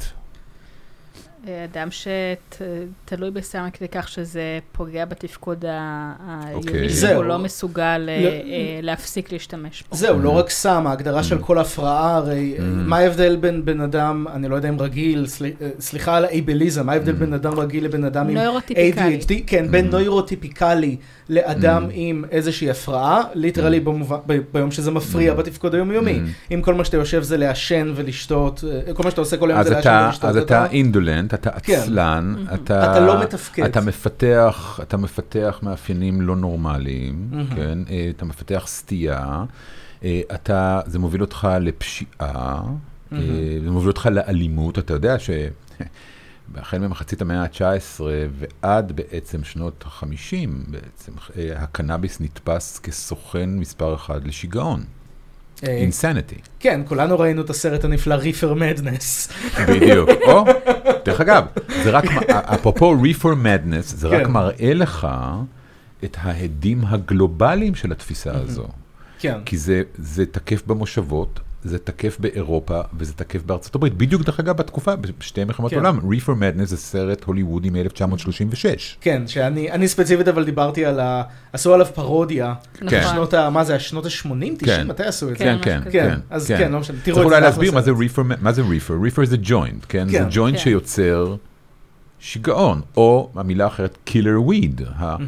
[SPEAKER 1] אדם שתלוי בסם כדי כך שזה פוגע בתפקוד היומי,
[SPEAKER 2] אוקיי.
[SPEAKER 1] שהוא
[SPEAKER 3] זהו.
[SPEAKER 1] לא מסוגל
[SPEAKER 3] לא-
[SPEAKER 1] אה, להפסיק להשתמש בו.
[SPEAKER 3] זהו, לא רק סם, ההגדרה של כל הפרעה, הרי מה ההבדל בין בן אדם, אני לא יודע אם רגיל, סל- אה, סליחה על האייבליזם, מה ההבדל בין אדם רגיל לבן אדם עם
[SPEAKER 1] נוירוטיפיקלי.
[SPEAKER 3] איי די אייץ' די, כן, בין נוירוטיפיקלי לאדם עם איזושהי הפרעה, ליטרלי במובן- ב- ביום שזה מפריע בתפקוד היומיומי. אם כל מה שאתה יושב זה לעשן ולשתות, אה, כל מה שאתה עושה כל היום
[SPEAKER 2] אז
[SPEAKER 3] זה לעשן
[SPEAKER 2] אתה,
[SPEAKER 3] ולשתות,
[SPEAKER 2] אז אתה אינדולנט, אתה
[SPEAKER 3] כן.
[SPEAKER 2] עצלן, אתה...
[SPEAKER 3] אתה לא מתפקד.
[SPEAKER 2] אתה מפתח, אתה מפתח מאפיינים לא נורמליים,
[SPEAKER 3] מהמם.
[SPEAKER 2] כן? אה, אתה מפתח סטייה, אה, אתה, זה מוביל אותך לפשיעה, אה, זה מוביל אותך לאלימות, אתה יודע ש... החל ממחצית המאה ה-תשע עשרה ועד בעצם שנות ה-חמישים, בעצם אה, הקנאביס נתפס כסוכן מספר אחד לשיגעון.
[SPEAKER 3] אה,
[SPEAKER 2] אינסניטי.
[SPEAKER 3] כן, כולנו ראינו את הסרט הנפלא ריפר מדנס.
[SPEAKER 2] בדיוק. או, דרך אגב, זה רק, אפרופו ריפר מדנס, זה רק
[SPEAKER 3] כן.
[SPEAKER 2] מראה לך את ההדים הגלובליים של התפיסה הזו.
[SPEAKER 3] כן.
[SPEAKER 2] כי זה, זה תקף במושבות, זה תקף באירופה, וזה תקף בארצות הברית. בדיוק דרך אגב בתקופה, בשתי מלחמות
[SPEAKER 3] כן.
[SPEAKER 2] עולם. Reefer Madness זה סרט הוליוודי מ-אלף תשע מאות שלושים ושש.
[SPEAKER 3] כן, שאני אני ספציפית אבל דיברתי על ה... עשו עליו פרודיה.
[SPEAKER 1] נכון.
[SPEAKER 3] שנות ה... מה זה, השנות ה-שמונים, תשעים? מתי עשו את זה?
[SPEAKER 2] כן, כן,
[SPEAKER 1] משהו
[SPEAKER 3] כן,
[SPEAKER 2] כן.
[SPEAKER 3] אז
[SPEAKER 2] כן.
[SPEAKER 3] כן, לא משנה. תראו
[SPEAKER 2] צריך
[SPEAKER 3] את זה.
[SPEAKER 2] אולי
[SPEAKER 3] אחלה
[SPEAKER 2] להסביר מה זה
[SPEAKER 3] סרט.
[SPEAKER 2] Reefer, מה זה Reefer? Reefer זה ג'וינט, כן? זה
[SPEAKER 3] כן.
[SPEAKER 2] ג'וינט
[SPEAKER 1] כן.
[SPEAKER 2] שיוצר שיגעון, או המילה אחרת, killer weed,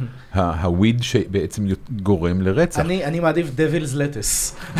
[SPEAKER 2] הוויד שבעצם גורם לרצח.
[SPEAKER 3] אני אני מעדיף devil's lettuce.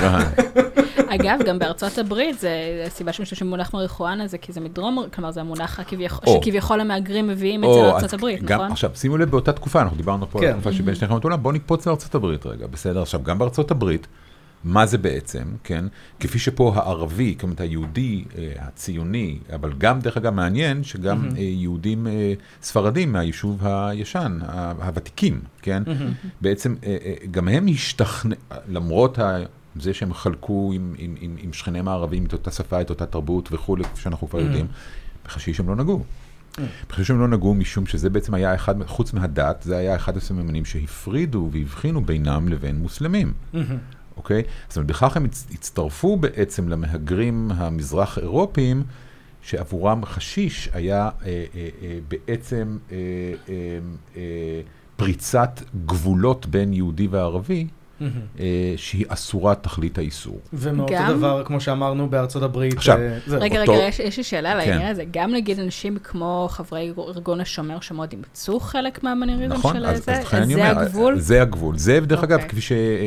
[SPEAKER 1] אגב, גם בארצות הברית, זה הסיבה שמשתמשים במונח מריחואנה, זה כי זה מדרום, כלומר זה המונח שכביכול המהגרים מביאים אצל ארצות הברית, נכון?
[SPEAKER 2] עכשיו, שימו לב באותה תקופה, אנחנו דיברנו פה על התקופה שבין שני מלחמות עולם, בואו נקפוץ לארצות הברית רגע, בסדר? עכשיו, גם בארצות הברית, מה זה בעצם, כן? כפי שפה הערבי, כלומר היהודי, הציוני, אבל גם דרך אגב מעניין, שגם יהודים ספרדים מהיישוב הישן, הוותיקים, כן? בעצם גם הם השתכנעו, למרות זה שהם חלקו עם, עם, עם, עם שכניהם הערבים, את אותה שפה, את אותה תרבות וכו', שאנחנו כבר יודעים, בחשיש הם לא נגעו. בחשיש הם לא נגעו משום שזה בעצם היה אחד, חוץ מהדת, זה היה אחד הסממנים שהפרידו והבחינו בינם לבין מוסלמים. אוקיי? זאת אומרת, בכך הם הצטרפו בעצם למהגרים המזרח אירופיים, שעבורם חשיש היה אה, אה, אה, בעצם אה, אה, אה, פריצת גבולות בין יהודי וערבי, שהיא אסורת תכלית האיסור.
[SPEAKER 3] ומאותו דבר, כמו שאמרנו, בארצות הברית.
[SPEAKER 2] עכשיו,
[SPEAKER 1] רגע, רגע, יש לי שאלה על העניין הזה. גם נגיד אנשים כמו חברי ארגון השומר שמאוד אימצו חלק מהמניריזם של זה? זה הגבול?
[SPEAKER 2] זה הגבול. זה, דרך אגב, כפי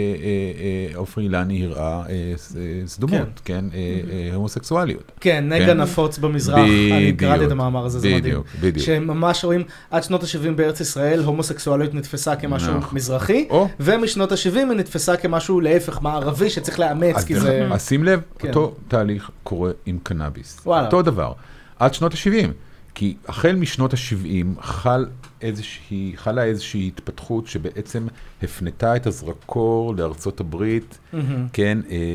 [SPEAKER 2] שעופרי אילני הראה, סדומות, כן? הומוסקסואליות.
[SPEAKER 3] כן, נגע נפוץ במזרח. אני קראתי את המאמר הזה, זה מדהים.
[SPEAKER 2] בדיוק, בדיוק.
[SPEAKER 3] שממש רואים, עד שנות ה-שבעים בארץ ישראל, הומוסקסואליות נתפסה כמשהו מזרחי, ומשנות ה-שבעים נתפסה כמשהו להפך, מערבי שצריך לאמץ, כי זה...
[SPEAKER 2] אז שים לב, אותו תהליך קורה עם קנאביס. אותו דבר, עד שנות ה-שבעים. כי החל משנות ה-שבעים חלה איזושהי התפתחות שבעצם הפנתה את הזרקור לארצות הברית, כן,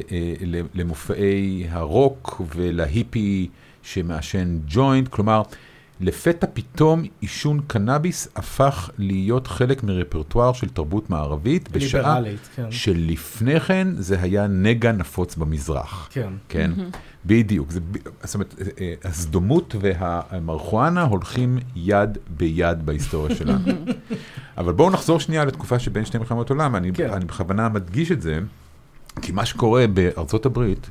[SPEAKER 2] למופעי הרוק ולהיפי שמעשן ג'וינט, כלומר, לפתע פתאום עישון קנאביס הפך להיות חלק מרפרטואר של תרבות מערבית, בשעה
[SPEAKER 3] כן.
[SPEAKER 2] שלפני כן זה היה נגע נפוץ במזרח.
[SPEAKER 3] כן.
[SPEAKER 2] כן, בדיוק. זה, זאת אומרת, הסדומות והמריחואנה הולכים יד ביד בהיסטוריה שלנו. אבל בואו נחזור שנייה לתקופה שבין שתי מלחמות עולם, אני, כן. אני בכוונה מדגיש את זה, כי מה שקורה בארצות הברית,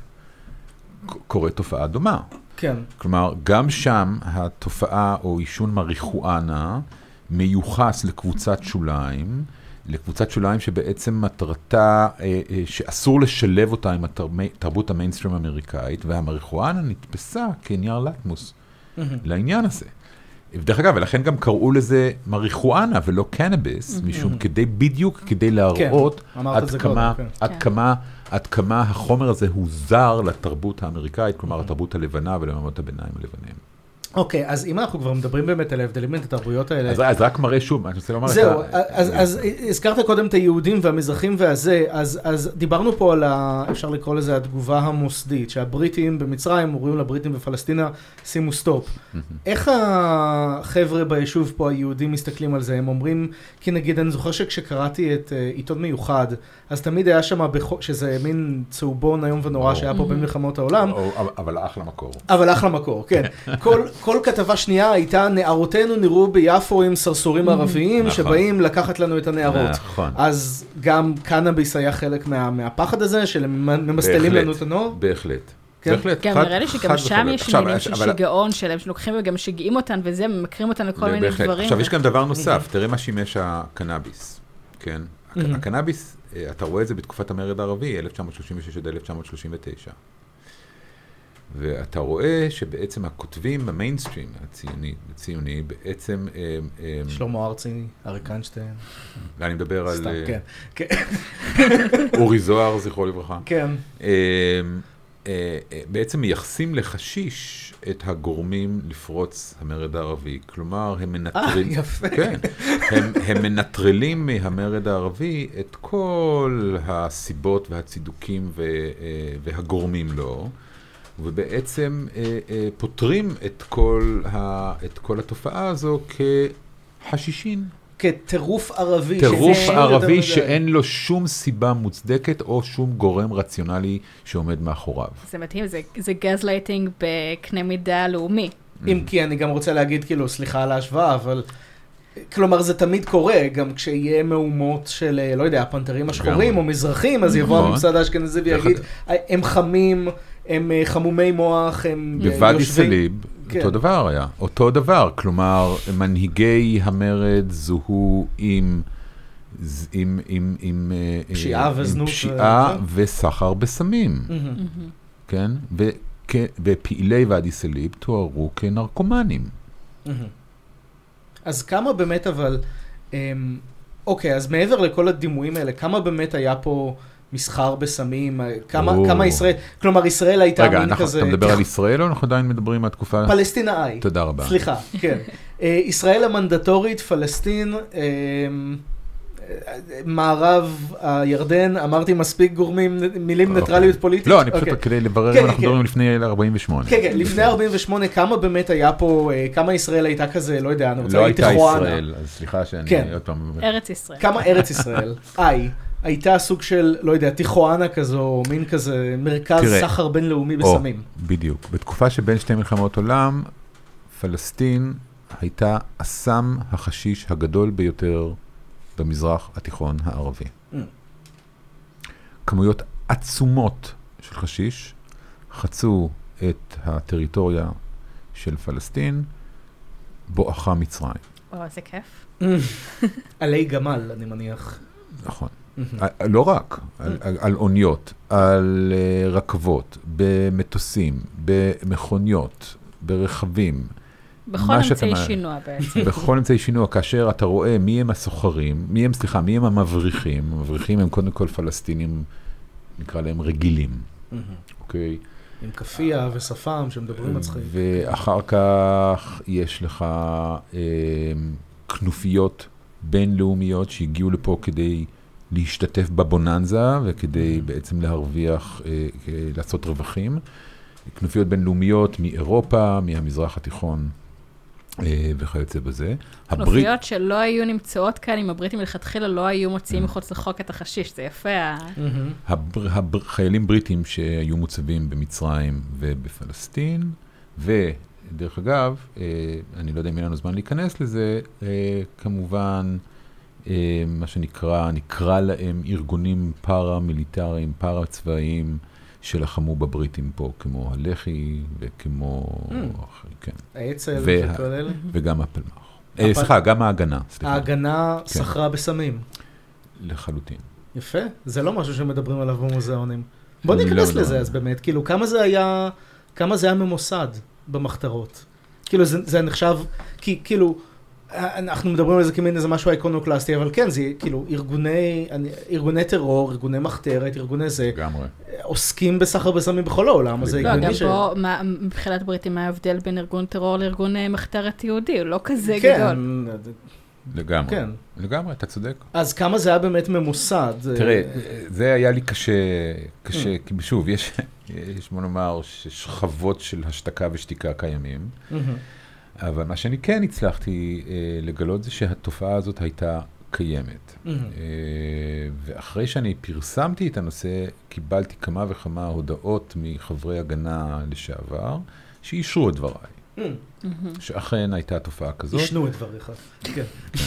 [SPEAKER 2] קורה תופעה דומה.
[SPEAKER 3] כן.
[SPEAKER 2] כלומר, גם שם התופעה או עישון מריחואנה מיוחס לקבוצת שוליים, לקבוצת שוליים שבעצם מטרתה, שאסור לשלב אותה עם תרבות המיינסטרים האמריקאית, והמריחואנה נתפסה כנייר לטמוס לעניין הזה. דרך אגב, ולכן גם קראו לזה מריחואנה ולא קנאביס, משום כדי בדיוק, כדי להראות עד כמה, עד כמה, עד כמה החומר הזה הוא זר לתרבות האמריקאית, כלומר התרבות הלבנה ולמעמד הביניים הלבנים.
[SPEAKER 3] אוקיי, אז אם אנחנו כבר מדברים באמת על ההבדלים בין התרבויות האלה...
[SPEAKER 2] אז, אז רק מראה שוב, אני רוצה לומר...
[SPEAKER 3] זהו, את ה... אז, אז הזכרת קודם את היהודים והמזרחים והזה, אז, אז דיברנו פה על, ה, אפשר לקרוא לזה, התגובה המוסדית, שהבריטים במצרים אומרים לבריטים בפלסטינה, שימו סטופ. איך החבר'ה ביישוב פה, היהודים, מסתכלים על זה? הם אומרים, כי נגיד, אני זוכר שכשקראתי את עיתון מיוחד, אז תמיד היה שם, בחו, שזה מין צהובון היום ונורא שהיה פה בין מלחמות העולם.
[SPEAKER 2] אבל אחלה מקור.
[SPEAKER 3] אבל אחלה מקור, כן. כל, כל כתבה שנייה הייתה, נערותינו נראו ביפו עם סרסורים ערביים, שבאים לקחת לנו את הנערות.
[SPEAKER 2] נכון.
[SPEAKER 3] אז גם קנאביס היה חלק מה, מהפחד הזה, שממסתלים לנו את הנוער?
[SPEAKER 2] בהחלט.
[SPEAKER 1] גם נראה לי שגם שם יש עניינים של שיגעון שלהם, שלוקחים וגם משגעים אותן, וזה ממכרים אותן לכל מיני דברים.
[SPEAKER 2] עכשיו, יש גם דבר נוסף, תראה מה שימש הקנאביס, כן? הקנאביס, אתה רואה את זה בתקופת המרד הערבי, אלף תשע מאות שלושים ושש עד אלף תשע מאות שלושים ותשע. ואתה רואה שבעצם הכותבים במיינסטרים הציוני, הציוני בעצם...
[SPEAKER 3] שלמה ארצי, אריק איינשטיין.
[SPEAKER 2] אני מדבר על...
[SPEAKER 3] סתם, כן.
[SPEAKER 2] אורי זוהר, זכרו לברכה.
[SPEAKER 3] כן.
[SPEAKER 2] בעצם מייחסים לחשיש את הגורמים לפרוץ המרד הערבי. כלומר, הם מנטרלים...
[SPEAKER 3] אה, יפה.
[SPEAKER 2] כן. הם, הם מנטרלים מהמרד הערבי את כל הסיבות והצידוקים והגורמים לו. ובעצם אה, אה, פותרים את כל, ה, את כל התופעה הזו כחשישין,
[SPEAKER 3] כטירוף ערבי.
[SPEAKER 2] טירוף
[SPEAKER 1] שזה-
[SPEAKER 2] ערבי שאין לו שום סיבה מוצדקת או שום גורם רציונלי שעומד מאחוריו.
[SPEAKER 1] זה מדהים, זה, זה גזלייטינג בקנה מידה לאומי.
[SPEAKER 3] אם כי אני גם רוצה להגיד, כאילו, סליחה על ההשוואה, אבל... כלומר, זה תמיד קורה, גם כשיהיה מהומות של, לא יודע, הפנתרים השחורים או מזרחים, אז יבוא
[SPEAKER 2] נכון.
[SPEAKER 3] הממסד האשכנזי ויגיד, הם חמים, הם חמומי מוח, הם
[SPEAKER 2] בוואדי
[SPEAKER 3] יושבים...
[SPEAKER 2] סאליב,
[SPEAKER 3] כן.
[SPEAKER 2] אותו דבר היה. אותו דבר, כלומר, מנהיגי המרד זוהו עם... ז- עם, עם, עם, אה,
[SPEAKER 3] פשיעה
[SPEAKER 2] עם
[SPEAKER 3] וזנות
[SPEAKER 2] פשיעה
[SPEAKER 3] ו-
[SPEAKER 2] וסחר בסמים,
[SPEAKER 3] מהמם.
[SPEAKER 2] כן? וכ- ופעילי ואדי סאליב תוארו כנרקומנים.
[SPEAKER 3] מהמם. אז כמה באמת אבל, אמ, אוקיי, אז מעבר לכל הדימויים האלה, כמה באמת היה פה מסחר בסמים, כמה,
[SPEAKER 2] או.
[SPEAKER 3] כמה ישראל, כלומר ישראל הייתה
[SPEAKER 2] רגע,
[SPEAKER 3] מין
[SPEAKER 2] אנחנו-
[SPEAKER 3] כזה...
[SPEAKER 2] אתה מדבר על ישראל או אנחנו עדיין מדברים מהתקופה?
[SPEAKER 3] פלסטינאי.
[SPEAKER 2] תודה רבה.
[SPEAKER 3] סליחה, כן. אה, ישראל המנדטורית, פלסטין, אמ, אה, מערב הירדן, אמרתי מספיק גורמים, מילים
[SPEAKER 2] אוקיי.
[SPEAKER 3] ניטרליות פוליטית.
[SPEAKER 2] לא, אני פשוט
[SPEAKER 3] אוקיי.
[SPEAKER 2] כדי לברר
[SPEAKER 3] כן,
[SPEAKER 2] אם אנחנו
[SPEAKER 3] כן.
[SPEAKER 2] מדברים לפני ארבעים ושמונה.
[SPEAKER 3] כן, כן, לפני ארבעים ושמונה, כמה באמת היה פה, אה, כמה ישראל הייתה כזה, לא יודע, אני רוצה
[SPEAKER 2] לא
[SPEAKER 3] להגיד
[SPEAKER 2] הייתה
[SPEAKER 3] טיחואנה.
[SPEAKER 2] ישראל, אז סליחה שאני
[SPEAKER 3] כן.
[SPEAKER 2] עוד פעם...
[SPEAKER 1] ארץ ישראל.
[SPEAKER 3] כמה ארץ ישראל, איי, הייתה סוג של, לא יודע, טיחואנה כזו, מין כזה, מרכז
[SPEAKER 2] תראה,
[SPEAKER 3] סחר בינלאומי
[SPEAKER 2] או,
[SPEAKER 3] בסמים.
[SPEAKER 2] בדיוק. בתקופה שבין שתי מלחמות עולם, פלסטין הייתה הסם החשיש הגדול ביותר במזרח התיכון הערבי.
[SPEAKER 3] Mm.
[SPEAKER 2] כמויות עצומות של חשיש חצו את הטריטוריה של פלסטין, בואכה מצרים.
[SPEAKER 1] או, זה כיף.
[SPEAKER 3] עלי גמל, אני מניח.
[SPEAKER 2] נכון. לא רק, על, על, על אוניות, על uh, רכבות, במטוסים, במכוניות, ברכבים.
[SPEAKER 1] בכל
[SPEAKER 2] מה שאתה
[SPEAKER 1] אמצעי
[SPEAKER 2] מה-
[SPEAKER 1] שינוע בעצם.
[SPEAKER 2] בכל אמצעי שינוע, כאשר אתה רואה מי הם הסוחרים, מי הם, סליחה, מי הם המבריחים. המבריחים הם קודם כל פלסטינים, נקרא להם רגילים, אוקיי?
[SPEAKER 3] עם כפייה ושפם שמדברים מצחיק.
[SPEAKER 2] ואחר כך יש לך אה, כנופיות בינלאומיות שהגיעו לפה כדי להשתתף בבוננזה וכדי בעצם להרוויח, אה, לעשות רווחים. כנופיות בינלאומיות מאירופה, מהמזרח התיכון אה, וכיוצא בזה. הברית-
[SPEAKER 1] כנופיות שלא היו נמצאות כאן, אם הבריטים מלכתחילה לא היו מוציאים מחוץ לחוק את החשיש, זה יפה. ה-
[SPEAKER 3] מהמם.
[SPEAKER 2] הבר, הבר, חיילים בריטים שהיו מוצבים במצרים ובפלסטין, ודרך אגב, אה, אני לא יודע אם יהיה לנו זמן להיכנס לזה, אה, כמובן, אה, מה שנקרא, נקרא להם ארגונים פארה-מיליטריים, פארה-צבאיים, שלחמו בבריטים פה, כמו הלח"י וכמו...
[SPEAKER 3] Mm.
[SPEAKER 2] כן,
[SPEAKER 3] האצ"ל
[SPEAKER 2] וה-
[SPEAKER 3] וכל אלה.
[SPEAKER 2] וגם הפלמ"ח. אה, סליחה, גם ההגנה, סליחה,
[SPEAKER 3] ההגנה
[SPEAKER 2] כן.
[SPEAKER 3] סחרה בסמים.
[SPEAKER 2] לחלוטין.
[SPEAKER 3] יפה, זה לא משהו שמדברים עליו במוזיאונים. בוא
[SPEAKER 2] לא,
[SPEAKER 3] ניכנס
[SPEAKER 2] לא.
[SPEAKER 3] לזה אז באמת, כאילו כמה זה היה, כמה זה היה ממוסד במחתרות. כאילו זה, זה נחשב, כי כאילו, אנחנו מדברים על זה כמין איזה משהו איקונוקלסטי, אבל כן, זה כאילו ארגוני, ארגוני טרור, ארגוני מחתרת, ארגוני זה,
[SPEAKER 2] לגמרי.
[SPEAKER 3] עוסקים בסחר בסמים בכל העולם, אז זה
[SPEAKER 1] לא,
[SPEAKER 3] הגיוני
[SPEAKER 1] גם
[SPEAKER 3] ש...
[SPEAKER 1] פה, מה- מבחינת בריטים, מה ההבדל בין ארגון טרור לארגון אה, מחתרת יהודי? הוא לא כזה
[SPEAKER 3] כן,
[SPEAKER 1] גדול.
[SPEAKER 2] לגמרי.
[SPEAKER 3] כן.
[SPEAKER 2] לגמרי, אתה צודק.
[SPEAKER 3] אז כמה זה היה באמת ממוסד?
[SPEAKER 2] תראה, זה היה לי קשה, קשה, כי שוב, יש, יש בוא נאמר, שכבות של השתקה ושתיקה קיימים,
[SPEAKER 3] מהמם.
[SPEAKER 2] אבל מה שאני כן הצלחתי אה, לגלות זה שהתופעה הזאת הייתה קיימת.
[SPEAKER 3] מהמם.
[SPEAKER 2] אה, ואחרי שאני פרסמתי את הנושא, קיבלתי כמה וכמה הודעות מחברי הגנה לשעבר, שאישרו את דבריי,
[SPEAKER 3] מהמם.
[SPEAKER 2] שאכן הייתה תופעה כזאת.
[SPEAKER 3] ישנו את דבריך. כן.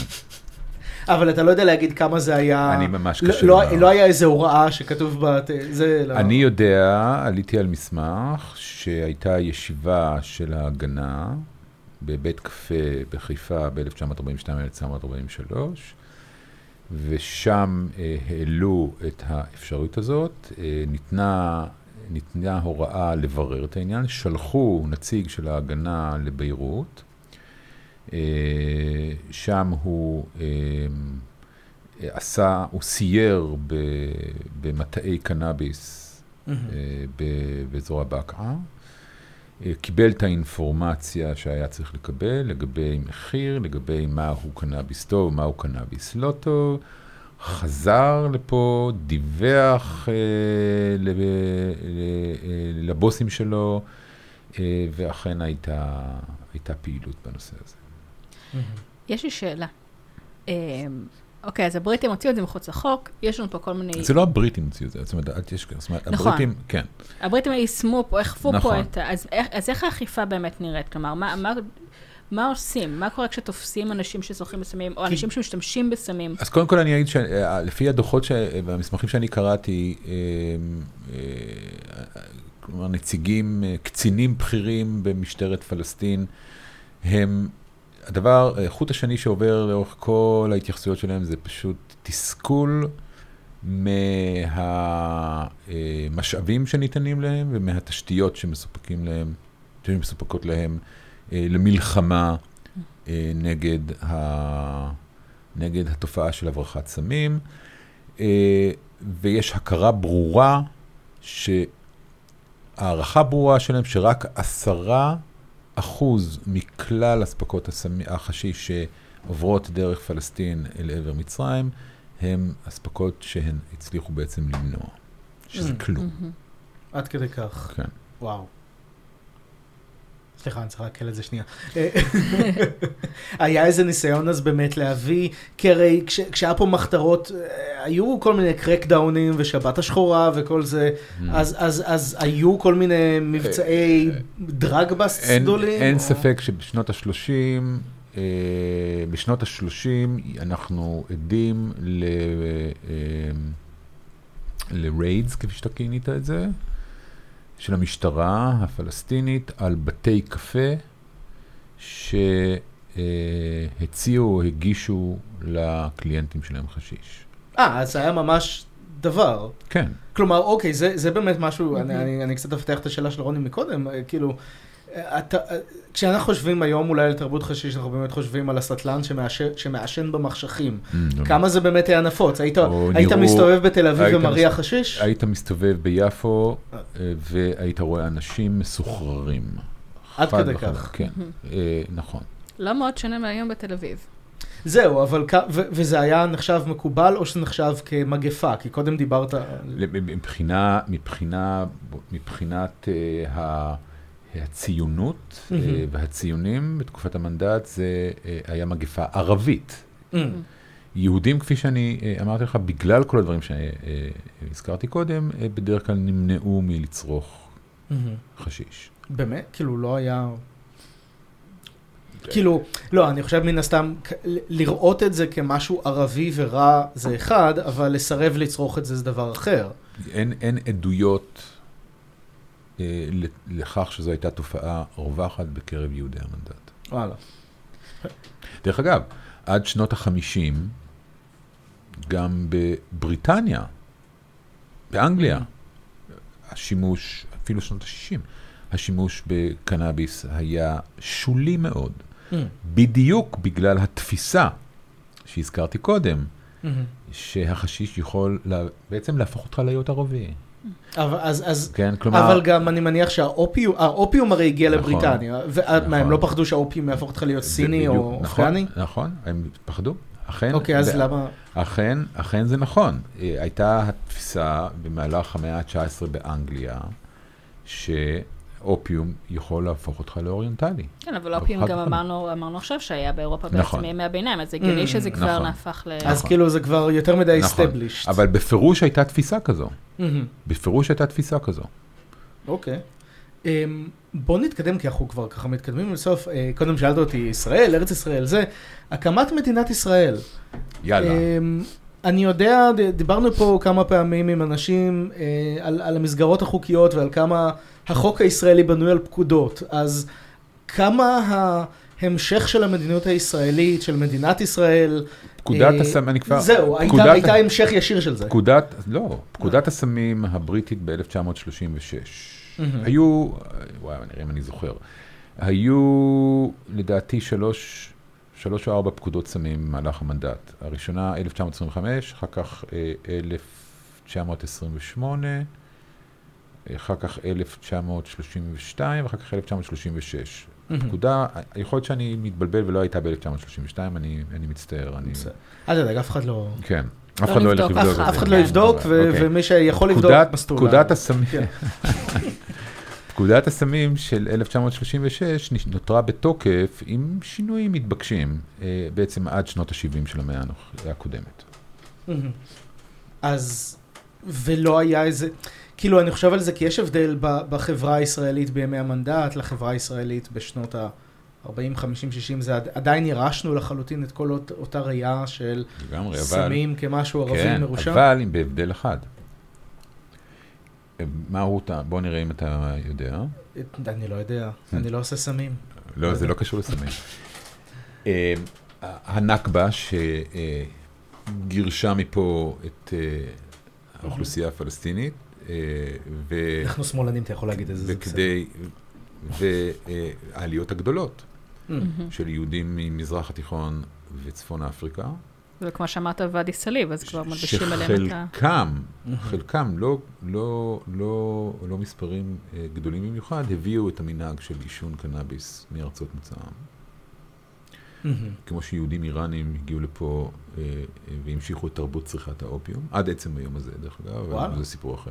[SPEAKER 3] אבל אתה לא יודע להגיד כמה זה היה...
[SPEAKER 2] אני ממש
[SPEAKER 3] לא-
[SPEAKER 2] קשה
[SPEAKER 3] לא-
[SPEAKER 2] לומר.
[SPEAKER 3] לא היה איזה הוראה שכתוב בה... זה לא...
[SPEAKER 2] אני יודע, עליתי על מסמך, שהייתה ישיבה של ההגנה בבית קפה בחיפה ב-אלף תשע מאות ארבעים ושתיים עד אלף תשע מאות ארבעים ושלוש, ושם אה, העלו את האפשרות הזאת, אה, ניתנה, ניתנה הוראה לברר את העניין, שלחו נציג של ההגנה לביירות, אה, שם הוא אה, עשה, הוא סייר ב- במטעי קנאביס
[SPEAKER 3] מהמם.
[SPEAKER 2] אה, ב- באזור הבקעה, אה, קיבל את האינפורמציה שהיה צריך לקבל לגבי מחיר, לגבי מהו קנאביס טוב, מהו קנאביס לא טוב, חזר לפה, דיווח אה, ל- ל- אה, לבוסים שלו, אה, ואכן הייתה, הייתה פעילות בנושא הזה.
[SPEAKER 3] מהמם.
[SPEAKER 1] יש לי שאלה. אוקיי, אז הבריטים הוציאו את זה מחוץ לחוק, יש לנו פה כל מיני...
[SPEAKER 2] זה לא הבריטים הוציאו את זה, זאת אומרת, יש, זאת אומרת,
[SPEAKER 1] נכון.
[SPEAKER 2] הבריטים, כן.
[SPEAKER 1] הבריטים יישמו פה, החפו
[SPEAKER 2] נכון.
[SPEAKER 1] פה את ה... אז איך, אז איך האכיפה באמת נראית? כלומר, מה, מה, מה עושים? מה קורה כשתופסים אנשים שזוכים בסמים, או אנשים שמשתמשים בסמים?
[SPEAKER 2] אז קודם כל אני אגיד שלפי הדוחות והמסמכים שאני קראתי, כלומר, נציגים, קצינים בכירים במשטרת פלסטין, הם... הדבר, חוט השני שעובר לאורך כל ההתייחסויות שלהם זה פשוט תסכול מהמשאבים שניתנים להם ומהתשתיות שמסופקים להם, שמסופקות להם למלחמה נגד, ה, נגד התופעה של הברחת סמים, ויש הכרה ברורה, הערכה ברורה שלהם שרק עשרה אחוז מכלל הספקות החשיש שעוברות דרך פלסטין אל עבר מצרים, הם הספקות שהן הצליחו בעצם למנוע. שזה כלום.
[SPEAKER 3] עד כדי כך.
[SPEAKER 2] כן.
[SPEAKER 3] וואו. סליחה, אני צריך להקל את זה שנייה. היה איזה ניסיון אז באמת להביא, כי הרי כשהיה פה מחתרות, היו כל מיני קרקדאונים ושבת השחורה וכל זה, אז היו כל מיני מבצעי דרגבאסט גדולים?
[SPEAKER 2] אין ספק שבשנות ה-שלושים, בשנות ה-שלושים אנחנו עדים ל-ריידס, כפי שאתה כינית את זה, של המשטרה הפלסטינית על בתי קפה שהציעו, הגישו לקליינטים שלהם חשיש.
[SPEAKER 3] אה, אז היה ממש דבר.
[SPEAKER 2] כן.
[SPEAKER 3] כלומר, אוקיי, זה, זה באמת משהו, אני, אני, אני קצת אפתח את השאלה של רוני מקודם, כאילו, אתה, כשאנחנו חושבים היום אולי על תרבות חשיש, אנחנו באמת חושבים על הסטלן שמעשן, שמעשן במחשכים. כמה זה באמת היה נפוץ? היית, היית מסתובב בתל אביב ומריח חשיש?
[SPEAKER 2] היית מסתובב ביפו, והיית רואה אנשים מסוחררים.
[SPEAKER 3] עד כדי כך.
[SPEAKER 2] כן, נכון.
[SPEAKER 1] לא מאוד שונה מהיום בתל אביב.
[SPEAKER 3] זהו, אבל, וזה היה נחשב מקובל, או שזה נחשב כמגפה? כי קודם דיברת...
[SPEAKER 2] מבחינה, מבחינה, מבחינת ה... הציונות mm-hmm. והציונים בתקופת המנדט זה היה מגפה ערבית. Mm-hmm. יהודים, כפי שאני אמרתי לך, בגלל כל הדברים שהזכרתי קודם, בדרך כלל נמנעו מלצרוך mm-hmm. חשיש.
[SPEAKER 3] באמת? כאילו לא היה... כאילו, לא, אני חושב מן הסתם, לראות את זה כמשהו ערבי ורע זה אחד, אבל לסרב לצרוך את זה זה דבר אחר.
[SPEAKER 2] אין, אין עדויות לכך שזו הייתה תופעה רווחת בקרב יהודי המנדט.
[SPEAKER 3] וואלה.
[SPEAKER 2] דרך אגב, עד שנות החמישים, גם בבריטניה, באנגליה, השימוש, אפילו שנות השישים, השימוש בקנאביס היה שולי מאוד. בדיוק בגלל התפיסה שהזכרתי קודם, שהחשיש יכול בעצם להפוך אותך להיות ערבי.
[SPEAKER 3] אבל, אז, אז,
[SPEAKER 2] כן, כלומר...
[SPEAKER 3] אבל גם אני מניח שהאופיום, האופיום הרי הגיע נכון, לבריטניה, ומה, נכון. הם לא פחדו שהאופיום יהפוך אותך להיות סיני בדיוק, או אפגני?
[SPEAKER 2] נכון, נכון, הם פחדו. אכן,
[SPEAKER 3] אוקיי, אז
[SPEAKER 2] ב-
[SPEAKER 3] למה?
[SPEAKER 2] אכן, אכן זה נכון. הייתה התפיסה במהלך המאה ה-תשע עשרה באנגליה, שאופיום יכול להפוך אותך לאוריינטלי.
[SPEAKER 1] כן, אבל אופיום גם אמרנו, אמרנו עכשיו שהיה באירופה בעצם ימי הביניים, אז זה הגיוני שזה כבר נהפך ל...
[SPEAKER 3] אז כאילו זה כבר יותר מדי established.
[SPEAKER 2] אבל בפירוש הייתה תפיסה כזו. בפירוש הייתה תפיסה כזו.
[SPEAKER 3] אוקיי. בוא נתקדם, כי אנחנו כבר ככה מתקדמים לסוף. קודם שאלת אותי, ישראל, ארץ ישראל, זה הקמת מדינת ישראל.
[SPEAKER 2] יאללה.
[SPEAKER 3] אני יודע, דיברנו פה כמה פעמים עם אנשים על, על המסגרות החוקיות ועל כמה החוק הישראלי בנוי על פקודות. אז כמה ההמשך של המדיניות הישראלית, של מדינת ישראל...
[SPEAKER 2] פקודת הסמים, אני כבר...
[SPEAKER 3] זהו, הייתה, הייתה המשך ישיר של זה.
[SPEAKER 2] פקודת, לא, פקודת הסמים הבריטית ב-אלף תשע מאות שלושים ושש. היו, וואי, נראה אם אני זוכר, היו לדעתי שלוש... שלוש או ארבע פקודות סמים במהלך המנדט. הראשונה, אלף תשע מאות עשרים וחמש, אחר כך אלף תשע מאות עשרים ושמונה, אחר כך אלף תשע מאות שלושים ושתיים, ואחר כך אלף תשע מאות שלושים ושש. פקודה, יכול להיות שאני מתבלבל ולא הייתה ב-אלף תשע מאות שלושים ושתיים, אני, אני מצטער. אני...
[SPEAKER 3] אל תדאג, אף אחד לא...
[SPEAKER 2] כן. אף אחד לא ילך לבדוק.
[SPEAKER 3] אף אחד לא יבדוק, ומי שיכול לבדוק, מסתור.
[SPEAKER 2] פקודת הסמים. פקודת הסמים של אלף תשע מאות שלושים ושש נותרה בתוקף עם שינויים מתבקשים, בעצם עד שנות ה-שבעים של המאה הקודמת.
[SPEAKER 3] אז, ולא היה איזה, כאילו אני חושב על זה כי יש הבדל בחברה הישראלית בימי המנדט, לחברה הישראלית בשנות ה-ארבעים, חמישים, שישים, זה עדיין ירשנו לחלוטין את כל אותה ראייה של
[SPEAKER 2] לגמרי,
[SPEAKER 3] סמים אבל, כמשהו ערבי
[SPEAKER 2] כן,
[SPEAKER 3] מרושע.
[SPEAKER 2] כן, אבל עם בהבדל אחד. מה הוא, בוא נראה אם אתה יודע.
[SPEAKER 3] אני לא יודע, אני לא עושה סמים.
[SPEAKER 2] לא, זה לא קשור לסמים. הנכבה שגירשה מפה את האוכלוסייה הפלסטינית,
[SPEAKER 3] אנחנו שמאלנים, אתה יכול להגיד איזה זה בסדר.
[SPEAKER 2] והעליות הגדולות של יהודים ממזרח התיכון וצפון אפריקה,
[SPEAKER 1] וכמו שאמרת ואדי סאליב, אז כבר מלבשים עליהם את ה...
[SPEAKER 2] שחלקם, חלקם, לא, לא, לא, לא מספרים גדולים במיוחד, הביאו את המנהג של עישון קנאביס מארצות מוצאם. כמו שיהודים איראנים הגיעו לפה והמשיכו את תרבות צריכת האופיום, עד עצם היום הזה, דרך אגב, אבל זה סיפור אחר.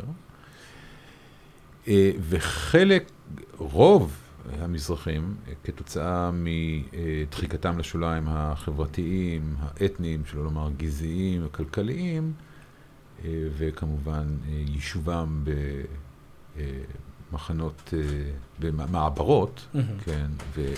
[SPEAKER 2] וחלק, רוב המזרחים, כתוצאה מדחיקתם לשוליים החברתיים, האתניים, שלא לומר גזעיים, הכלכליים, וכמובן יישובם במחנות, במעברות, כן,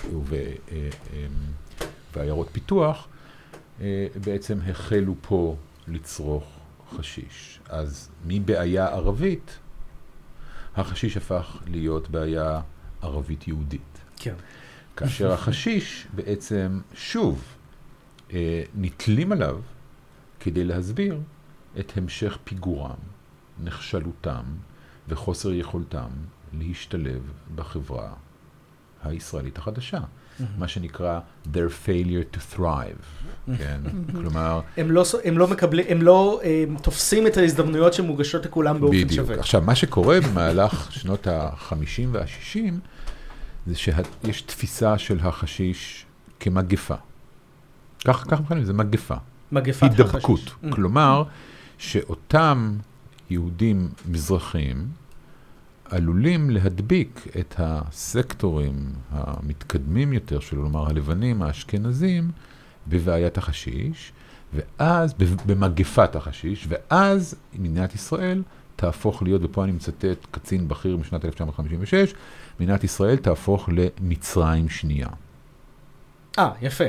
[SPEAKER 2] ובעיירות פיתוח, בעצם החלו פה לצרוך חשיש. אז מבעיה ערבית, החשיש הפך להיות בעיה ערבית יהודית.
[SPEAKER 3] כן.
[SPEAKER 2] כאשר החשיש בעצם שוב אה, נטלים עליו כדי להסביר את המשך פיגורם, נכשלותם וחוסר יכולתם להשתלב בחברה הישראלית החדשה. מה שנקרא their failure to thrive. כן? כלומר...
[SPEAKER 3] הם לא, הם לא מקבלים, הם לא הם, תופסים את ההזדמנויות שמוגשות לכולם באופן
[SPEAKER 2] בדיוק.
[SPEAKER 3] שווה.
[SPEAKER 2] עכשיו, מה שקורה במהלך שנות ה-חמישים וה-שישים, זה שיש תפיסה של החשיש כמגפה. כך, כך מכנים, זה מגפה.
[SPEAKER 3] מגפת החשיש.
[SPEAKER 2] הידבקות. כלומר, שאותם יהודים מזרחים עלולים להדביק את הסקטורים המתקדמים יותר, שלא לומר הלבנים, האשכנזים, בבעיית החשיש, ואז, במגפת החשיש, ואז מדינת ישראל תהפוך להיות, ופה אני מצטט קצין בכיר משנת אלף תשע מאות חמישים ושש, מדינת ישראל תהפוך למצרים שנייה.
[SPEAKER 3] אה, יפה.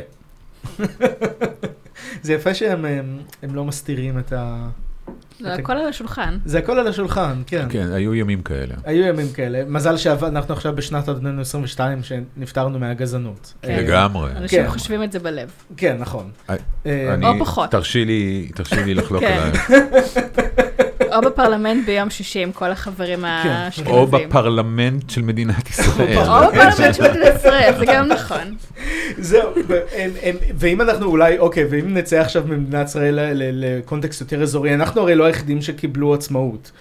[SPEAKER 3] זה יפה שהם הם, הם לא מסתירים את ה...
[SPEAKER 1] זה הכל על השולחן.
[SPEAKER 3] זה הכל על השולחן, כן.
[SPEAKER 2] כן, היו ימים כאלה.
[SPEAKER 3] היו ימים כאלה. מזל שאנחנו עכשיו בשנת אלפיים עשרים ושתיים שנפטרנו מהגזענות.
[SPEAKER 2] לגמרי.
[SPEAKER 1] אנשים חושבים את זה בלב.
[SPEAKER 3] כן, נכון.
[SPEAKER 1] או פחות.
[SPEAKER 2] תרשי לי לחלוק עליי.
[SPEAKER 1] או בפרלמנט ביום שישי עם כל החברים האשכנזים.
[SPEAKER 2] או בפרלמנט של מדינת ישראל.
[SPEAKER 1] או בפרלמנט של מדינת ישראל, זה גם נכון.
[SPEAKER 3] זהו, ואם אנחנו אולי, אוקיי, ואם נצא עכשיו ממדינת ישראל לקונטקסט יותר אזורי, אנחנו הרי לא היחידים שקיבלו עצמאות.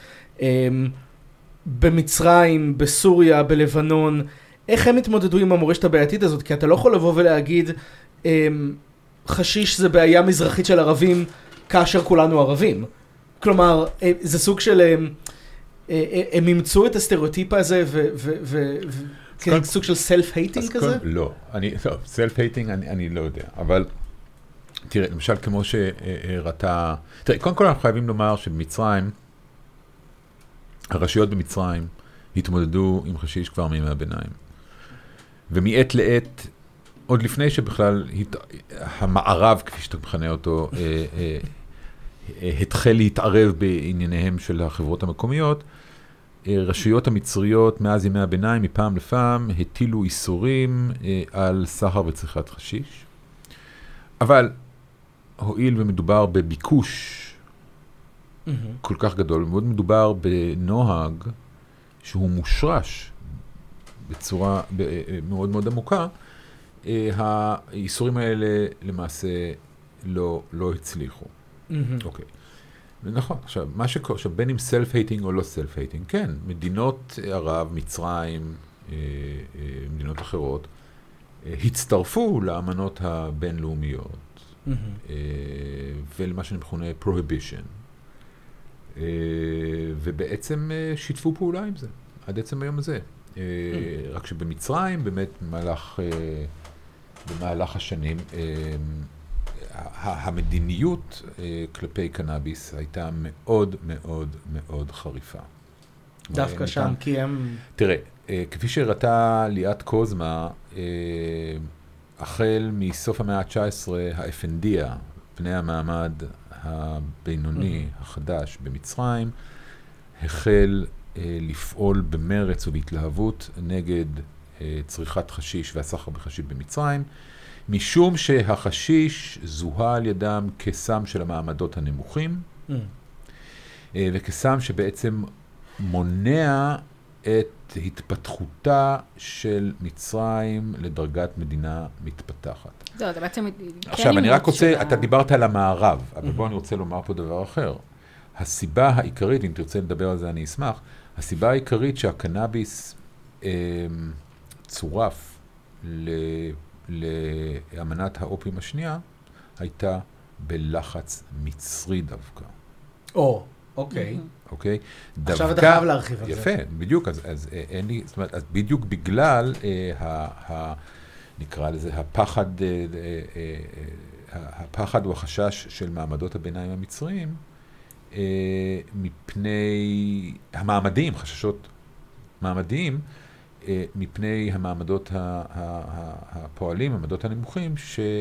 [SPEAKER 3] במצרים, בסוריה, בלבנון, איך הם התמודדו עם המורשת הבעייתית הזאת? כי אתה לא יכול לבוא ולהגיד, חשיש זה בעיה מזרחית של ערבים, כאשר כולנו ערבים. כלומר, זה סוג של, הם אימצו את הסטריאוטיפ הזה, סוג של סלף-הייטינג כזה?
[SPEAKER 2] לא, סלף-הייטינג אני לא יודע, אבל תראה, למשל כמו שהראתה, תראה, קודם כל אנחנו חייבים לומר שבמצרים, הרשויות במצרים התמודדו עם חשיש כבר מימי הביניים, ומעת לעת, עוד לפני שבכלל המערב, כפי שאתה מכנה אותו, התחל להתערב בענייניהם של החברות המקומיות, רשויות המצריות מאז ימי הביניים, מפעם לפעם, הטילו איסורים על סחר וצריכת חשיש. אבל הואיל ומדובר בביקוש mm-hmm. כל כך גדול, מאוד מדובר בנוהג שהוא מושרש בצורה מאוד מאוד עמוקה, האיסורים האלה למעשה לא, לא הצליחו. אוקיי. נכון, עכשיו, מה שקורה, עכשיו, בין אם self-hating או לא self-hating, כן, מדינות ערב, מצרים, מדינות אחרות, הצטרפו לאמנות הבינלאומיות, ולמה שמכונה prohibition, ובעצם שיתפו פעולה עם זה, עד עצם היום הזה. רק שבמצרים, באמת, במהלך, במהלך השנים, המדיניות כלפי קנאביס הייתה מאוד מאוד מאוד חריפה.
[SPEAKER 3] דווקא שם, כי הם...
[SPEAKER 2] תראה, כפי שהראתה ליאת קוזמה, החל מסוף המאה ה-תשע עשרה, האפנדיה, בני המעמד הבינוני החדש במצרים, החל לפעול במרץ ובהתלהבות נגד צריכת חשיש והסחר בחשיש במצרים, משום שהחשיש זוהה על ידם כסם של המעמדות הנמוכים, mm. וכסם שבעצם מונע את התפתחותה של מצרים לדרגת מדינה מתפתחת.
[SPEAKER 1] זהו, זה בעצם...
[SPEAKER 2] עכשיו, אני רק רוצה, אתה דיברת על המערב, אבל בוא אני רוצה לומר פה דבר אחר. הסיבה העיקרית, אם תרצה לדבר על זה אני אשמח, הסיבה העיקרית שהקנאביס צורף ל... לאמנת האופיום השנייה, הייתה בלחץ מצרי דווקא.
[SPEAKER 3] או, אוקיי.
[SPEAKER 2] אוקיי?
[SPEAKER 3] עכשיו אתה חייב להרחיב על זה.
[SPEAKER 2] יפה, בדיוק, אז, אז אין לי, זאת אומרת, אז בדיוק בגלל, אה, ה, ה, נקרא לזה, הפחד, אה, אה, אה, הפחד או החשש של מעמדות הביניים המצריים, אה, מפני המעמדים, חששות מעמדיים, מפני המעמדות הפועלים, המעמדות הנמוכים,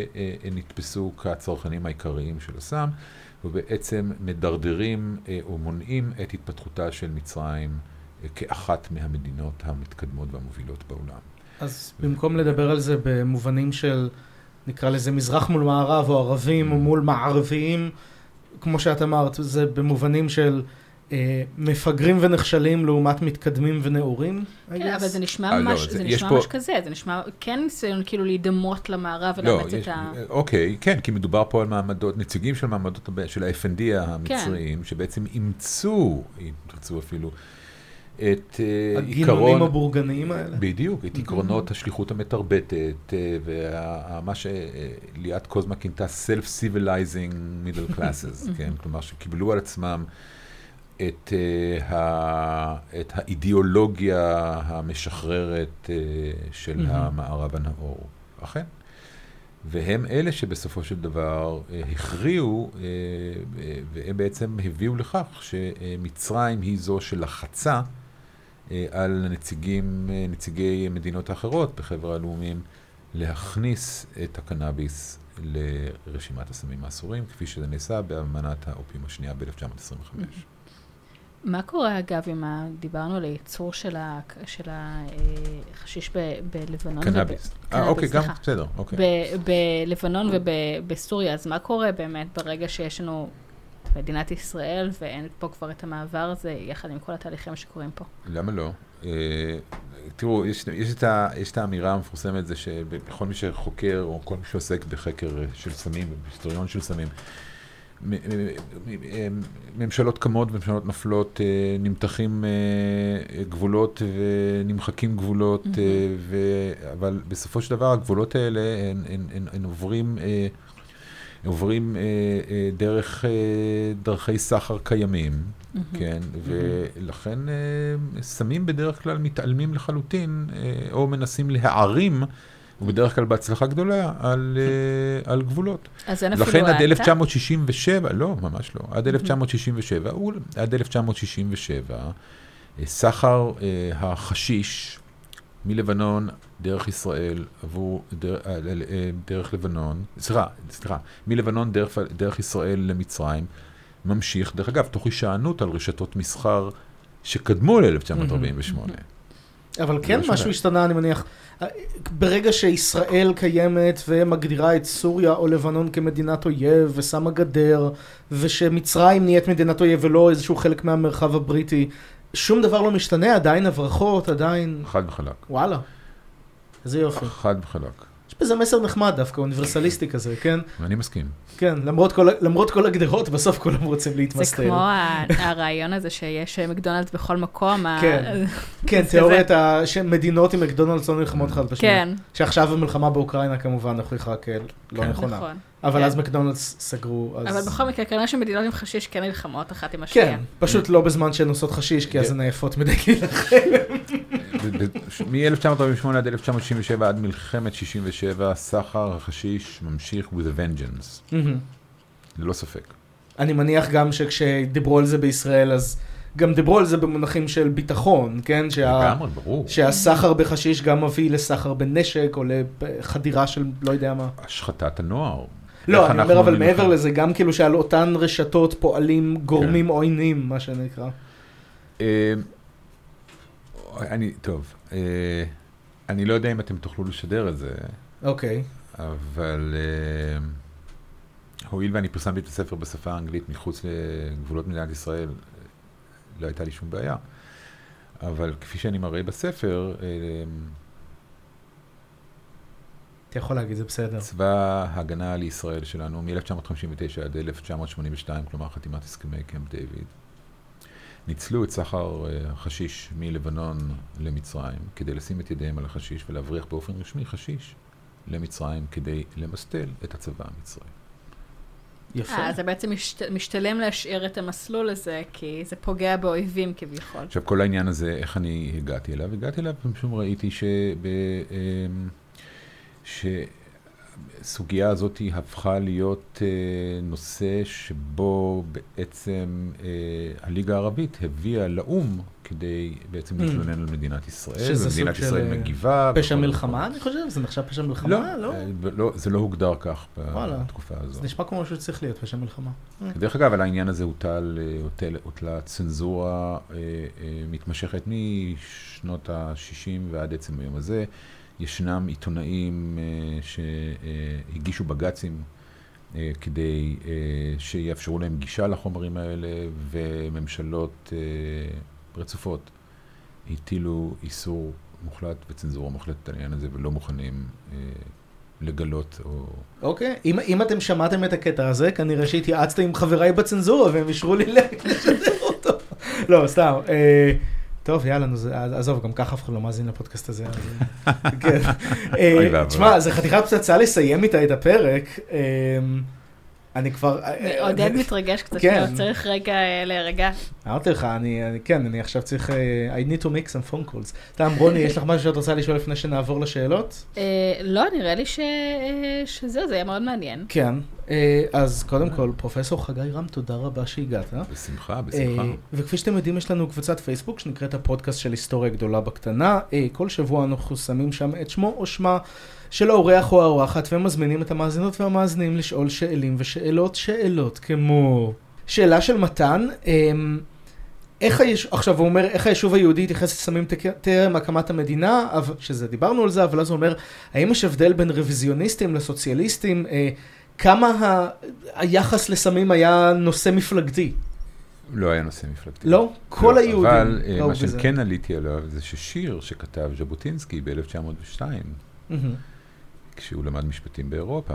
[SPEAKER 2] שנתפסו כצרכנים העיקריים של הסם, ובעצם מדרדרים או מונעים את התפתחותה של מצרים כאחת מהמדינות המתקדמות והמובילות בעולם.
[SPEAKER 3] אז במקום לדבר על זה במובנים של, נקרא לזה מזרח מול מערב, או ערבים מול מערביים, כמו שאת אמרת, זה במובנים של... מפגרים ונכשלים לעומת מתקדמים ונאורים,
[SPEAKER 1] כן, אבל זה נשמע ממש, זה נשמע ממש כזה, זה נשמע, כן ניסיון כאילו להידמות למערב ולאמץ את ה...
[SPEAKER 2] אוקיי, כן, כי מדובר פה על מעמדות, נציגים של מעמדות של האפנדיה המצריים, שבעצם אימצו, אם תרצו אפילו, את עיקרון...
[SPEAKER 3] הגינונים הבורגניים האלה.
[SPEAKER 2] בדיוק, את עקרונות השליחות המתרבטת, ומה שליאת קוזמה כינתה self-civilizing middle classes, כן, כלומר שקיבלו על עצמם את, uh, ה, את האידיאולוגיה המשחררת uh, של mm-hmm. המערב הנאור. אכן. והם אלה שבסופו של דבר uh, הכריעו, uh, uh, והם בעצם הביאו לכך שמצרים היא זו שלחצה uh, על נציגים, uh, נציגי מדינות האחרות בחבר הלאומים, להכניס את הקנאביס לרשימת הסמים האסורים, כפי שזה נעשה באמנת האופיום השנייה ב-אלף תשע מאות עשרים וחמש. Mm-hmm.
[SPEAKER 1] מה קורה, אגב, אם דיברנו על הייצור של החשיש בלבנון?
[SPEAKER 2] קנאביס. אה, אוקיי, גם, בסדר, אוקיי.
[SPEAKER 1] בלבנון ובסוריה, אז מה קורה באמת ברגע שיש לנו מדינת ישראל, ואין פה כבר את המעבר הזה, יחד עם כל התהליכים שקורים פה?
[SPEAKER 2] למה לא? תראו, יש את האמירה המפורסמת זה שבכל מי שחוקר, או כל מי שעוסק בחקר של סמים, בהיסטוריון של סמים, ממשלות קמות וממשלות נפלות, נמתחים גבולות ונמחקים גבולות, אבל בסופו של דבר הגבולות האלה הן עוברים עוברים דרך דרכי סחר קיימים, כן, ולכן סמים בדרך כלל מתעלמים לחלוטין או מנסים להערים ובדרך כלל בהצלחה גדולה על, uh, על גבולות.
[SPEAKER 1] אז אין אפילו
[SPEAKER 2] לכן עד אלף תשע מאות שישים ושבע, לא, ממש לא, עד אלף תשע מאות שישים ושבע, עד אלף תשע מאות שישים ושבע, סחר uh, החשיש מלבנון דרך ישראל עבור, דרך, uh, דרך לבנון, סליחה, סליחה, מלבנון דרך, דרך ישראל למצרים, ממשיך, דרך אגב, תוך הישענות על רשתות מסחר שקדמו ל-אלף תשע מאות ארבעים ושמונה.
[SPEAKER 3] אבל כן, משהו השתנה, אני מניח. ברגע שישראל קיימת ומגדירה את סוריה או לבנון כמדינת אויב ושמה גדר, ושמצרים נהיית מדינת אויב ולא איזשהו חלק מהמרחב הבריטי, שום דבר לא משתנה, עדיין הברחות, עדיין...
[SPEAKER 2] חד וחלק.
[SPEAKER 3] וואלה, איזה יופי.
[SPEAKER 2] חד וחלק.
[SPEAKER 3] יש בזה מסר נחמד דווקא, אוניברסליסטי כזה, כן?
[SPEAKER 2] אני מסכים.
[SPEAKER 3] כן, למרות כל, למרות כל הגדרות, בסוף כולם רוצים להתמסטר.
[SPEAKER 1] זה כמו הרעיון הזה שיש מקדונלדס בכל מקום.
[SPEAKER 3] כן, כן, תיאוריית שמדינות עם מקדונלדס לא נלחמות אחד בשנייה. כן. שעכשיו המלחמה באוקראינה כמובן הוכיחה כלא נכונה. נכון. אבל אז מקדונלדס סגרו.
[SPEAKER 1] אבל בכל מקרה, כנראה שמדינות עם חשיש כן נלחמות אחת עם השנייה.
[SPEAKER 3] כן, פשוט לא בזמן שהן עושות חשיש, כי אז הן עייפות מדי להילחם.
[SPEAKER 2] מ-אלף תשע מאות ארבעים ושמונה עד אלף תשע מאות שישים ושבע, עד מלחמת שישים ושבע, סחר החשיש ממשיך with a vengeance. ללא ספק.
[SPEAKER 3] אני מניח גם שכשדיברו על זה בישראל, אז גם דיברו על זה במונחים של ביטחון, כן?
[SPEAKER 2] לגמרי, ברור.
[SPEAKER 3] שהסחר בחשיש גם מביא לסחר בנשק, או לחדירה של לא יודע מה.
[SPEAKER 2] השחטת הנוער.
[SPEAKER 3] לא, אני אומר, אבל מעבר לזה, גם כאילו שעל אותן רשתות פועלים גורמים עוינים, מה שנקרא.
[SPEAKER 2] אני, טוב, אני לא יודע אם אתם תוכלו לשדר את זה.
[SPEAKER 3] אוקיי.
[SPEAKER 2] אבל הואיל ואני פרסמתי את הספר בשפה האנגלית מחוץ לגבולות מדינת ישראל, לא הייתה לי שום בעיה. אבל כפי שאני מראה בספר,
[SPEAKER 3] אתה יכול להגיד, זה בסדר.
[SPEAKER 2] צבא ההגנה לישראל שלנו, מ-אלף תשע מאות חמישים ותשע עד אלף תשע מאות שמונים ושתיים, כלומר חתימת הסכמי קמפ דיוויד, ניצלו את סחר החשיש מלבנון למצרים, כדי לשים את ידיהם על החשיש ולהבריח באופן רשמי חשיש למצרים, כדי למסטל את הצבא המצרי.
[SPEAKER 3] יפה.
[SPEAKER 1] אה, זה בעצם משת, משתלם להשאיר את המסלול הזה, כי זה פוגע באויבים כביכול.
[SPEAKER 2] עכשיו, כל העניין הזה, איך אני הגעתי אליו? הגעתי אליו, פשוט ראיתי שב... שסוגיה הזאת הפכה להיות נושא שבו בעצם הליגה הערבית הביאה לאום כדי בעצם להתלונן על מדינת ישראל, ומדינת ישראל מגיבה.
[SPEAKER 3] פשע מלחמה, אני חושב? זה נחשב פשע מלחמה?
[SPEAKER 2] לא, זה לא הוגדר כך בתקופה הזאת.
[SPEAKER 3] זה נשמע כמו משהו שצריך להיות פשע מלחמה.
[SPEAKER 2] דרך אגב, על העניין הזה הוטלה צנזורה מתמשכת משנות ה-שישים ועד עצם היום הזה. ישנם עיתונאים שהגישו בג"צים כדי שיאפשרו להם גישה לחומרים האלה, וממשלות רצופות הטילו איסור מוחלט וצנזורה מוחלטת על העניין הזה, ולא מוכנים לגלות או...
[SPEAKER 3] אוקיי, אם, אם אתם שמעתם את הקטע הזה, כנראה שהתייעצתם עם חבריי בצנזורה, והם אישרו לי לשדר אותו. לא, סתם. טוב, יאללה, עזוב, גם ככה אף אחד לא מאזין לפודקאסט הזה. כן. תשמע, זה חתיכת פצצה לסיים איתה את הפרק. אני כבר...
[SPEAKER 1] עודד מתרגש קצת, צריך רגע להירגע.
[SPEAKER 3] אמרתי לך, אני, כן, אני עכשיו צריך... I need to make some phone calls. טעם, רוני, יש לך משהו שאת רוצה לשאול לפני שנעבור לשאלות?
[SPEAKER 1] לא, נראה לי שזהו, זה היה מאוד מעניין.
[SPEAKER 3] כן, אז קודם כל, פרופסור חגי רם, תודה רבה שהגעת.
[SPEAKER 2] בשמחה, בשמחה.
[SPEAKER 3] וכפי שאתם יודעים, יש לנו קבוצת פייסבוק שנקראת הפודקאסט של היסטוריה גדולה בקטנה. כל שבוע אנחנו שמים שם את שמו או שמה של האורח או האורחת, ומזמינים את המאזינות והמאזינים לשאול שאלים ושאלות שאלות, כמו שאלה של מתן, איך היש... עכשיו הוא אומר, איך היישוב היהודי התייחס לסמים טרם הקמת המדינה, שזה דיברנו על זה, אבל אז הוא אומר, האם יש הבדל בין רוויזיוניסטים לסוציאליסטים, כמה ה... היחס לסמים היה נושא מפלגתי?
[SPEAKER 2] לא היה נושא מפלגתי.
[SPEAKER 3] לא? כל
[SPEAKER 2] לא,
[SPEAKER 3] היהודים.
[SPEAKER 2] אבל מה שכן עליתי עליו זה ששיר שכתב ז'בוטינסקי ב-אלף תשע מאות ושתיים, mm-hmm. כשהוא למד משפטים באירופה,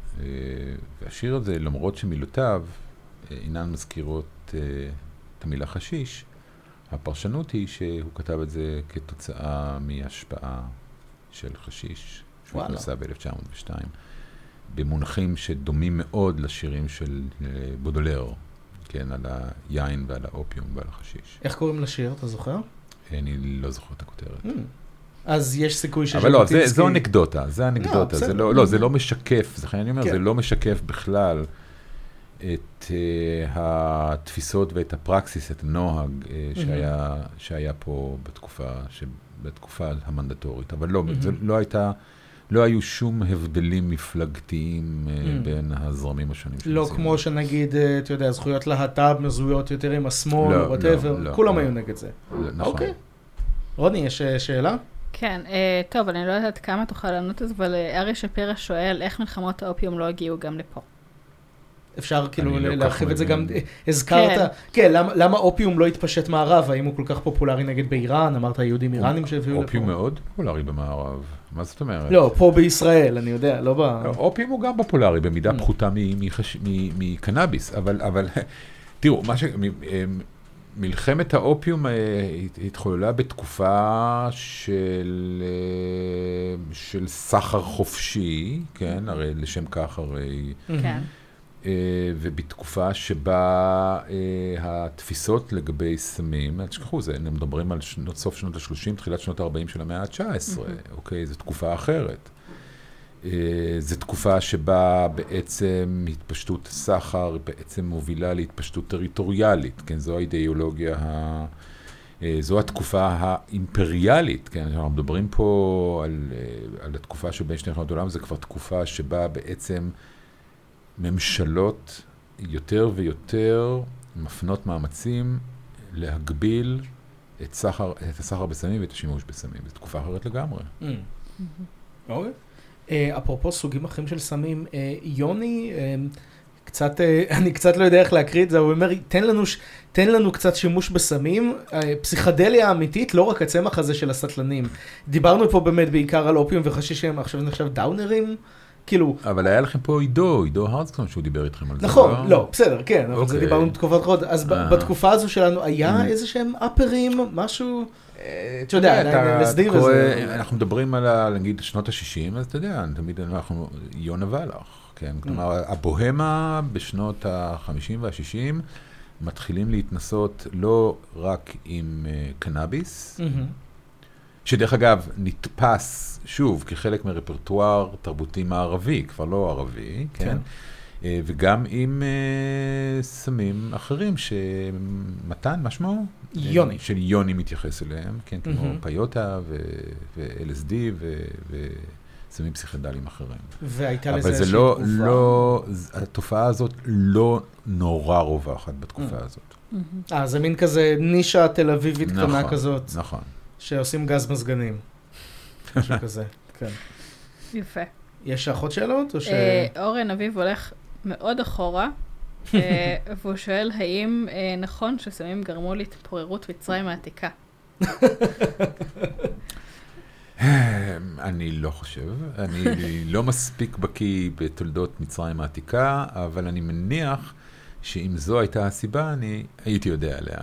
[SPEAKER 2] והשיר הזה, למרות שמילותיו אינן מזכירות את המילה חשיש, הפרשנות היא שהוא כתב את זה כתוצאה מהשפעה של חשיש, שהוא התנסה ב-אלף תשע מאות ושתיים, במונחים שדומים מאוד לשירים של בודולר, כן, על היין ועל האופיום ועל החשיש.
[SPEAKER 3] איך קוראים לשיר, אתה זוכר?
[SPEAKER 2] אני לא זוכר את הכותרת.
[SPEAKER 3] אז יש סיכוי שז'בוטינסקי...
[SPEAKER 2] אבל לא, זו אנקדוטה, זה אנקדוטה. לא, זה לא משקף, זה אני אומר, זה לא משקף בכלל את התפיסות ואת הפרקסיס, את הנוהג שהיה פה בתקופה המנדטורית. אבל לא, זה לא הייתה... לא היו שום הבדלים מפלגתיים בין הזרמים השונים.
[SPEAKER 3] לא כמו שנגיד, אתה יודע, זכויות להט"ב מזוהות יותר עם השמאל, או whatever, כולם היו נגד זה.
[SPEAKER 2] נכון.
[SPEAKER 3] רוני, יש שאלה?
[SPEAKER 1] כן, טוב, אני לא יודעת כמה תוכל לענות את זה, אבל אריה שפירא שואל, איך מלחמות האופיום לא הגיעו גם לפה?
[SPEAKER 3] אפשר כאילו להרחיב את זה גם, הזכרת, כן, למה אופיום לא התפשט מערב? האם הוא כל כך פופולרי נגד באיראן? אמרת היהודים איראנים שהביאו לפה?
[SPEAKER 2] אופיום מאוד פופולרי במערב. מה זאת אומרת?
[SPEAKER 3] לא, פה בישראל, אני יודע, לא ב...
[SPEAKER 2] אופיום הוא גם פופולרי, במידה פחותה מקנאביס, אבל תראו, מה ש... מלחמת האופיום התחוללה בתקופה של של סחר חופשי, כן, הרי לשם כך הרי...
[SPEAKER 1] כן.
[SPEAKER 2] ובתקופה שבה התפיסות לגבי סמים, אל תשכחו, הם מדברים על סוף שנות ה-שלושים, תחילת שנות ה-ארבעים של המאה ה-תשע עשרה, אוקיי? זו תקופה אחרת. זו תקופה שבה בעצם התפשטות הסחר בעצם מובילה להתפשטות טריטוריאלית, כן? זו האידיאולוגיה, זו התקופה האימפריאלית, כן? אנחנו מדברים פה על, על התקופה שבין שני מלחמות העולם, זו כבר תקופה שבה בעצם ממשלות יותר ויותר מפנות מאמצים להגביל את, סחר, את הסחר בסמים ואת השימוש בסמים. זו תקופה אחרת לגמרי.
[SPEAKER 3] אוקיי. אפרופו סוגים אחרים של סמים, יוני, קצת, אני קצת לא יודע איך להקריא את זה, הוא אומר, תן לנו, תן לנו קצת שימוש בסמים, פסיכדליה אמיתית, לא רק הצמח הזה של הסטלנים. דיברנו פה באמת בעיקר על אופיום וחשישים, עכשיו נחשב דאונרים, כאילו...
[SPEAKER 2] אבל היה לכם פה עידו, עידו הרדסטון שהוא דיבר איתכם על זה.
[SPEAKER 3] נכון, לא, בסדר, כן, אבל זה דיברנו בתקופת אחרות, אז בתקופה הזו שלנו היה איזה שהם אפרים, משהו... אתה יודע, לסדיר וזה.
[SPEAKER 2] אנחנו מדברים על, נגיד, שנות ה-שישים, אז אתה יודע, תמיד אנחנו, יונה ולך, כן? כלומר, הבוהמה בשנות ה-חמישים וה-שישים מתחילים להתנסות לא רק עם קנאביס, שדרך אגב נתפס, שוב, כחלק מרפרטואר תרבותי מערבי, כבר לא ערבי, כן? וגם עם סמים אחרים שמתן, משמעו?
[SPEAKER 3] יוני.
[SPEAKER 2] של יוני מתייחס אליהם, כן, כמו פיוטה ו-אל אס די וסמים פסיכדליים אחרים.
[SPEAKER 3] והייתה לזה
[SPEAKER 2] איזושהי תגובה. אבל זה לא, התופעה הזאת לא נורא רווחת בתקופה הזאת.
[SPEAKER 3] אה, זה מין כזה נישה תל אביבית קטנה כזאת.
[SPEAKER 2] נכון.
[SPEAKER 3] שעושים גז מזגנים. משהו כזה, כן.
[SPEAKER 1] יפה.
[SPEAKER 3] יש אחות שאלות?
[SPEAKER 1] אורן אביב הולך מאוד אחורה, והוא שואל האם נכון שסמים גרמו להתפוררות מצרים העתיקה?
[SPEAKER 2] אני לא חושב. אני לא מספיק בקיא בתולדות מצרים העתיקה, אבל אני מניח שאם זו הייתה הסיבה, אני הייתי יודע עליה.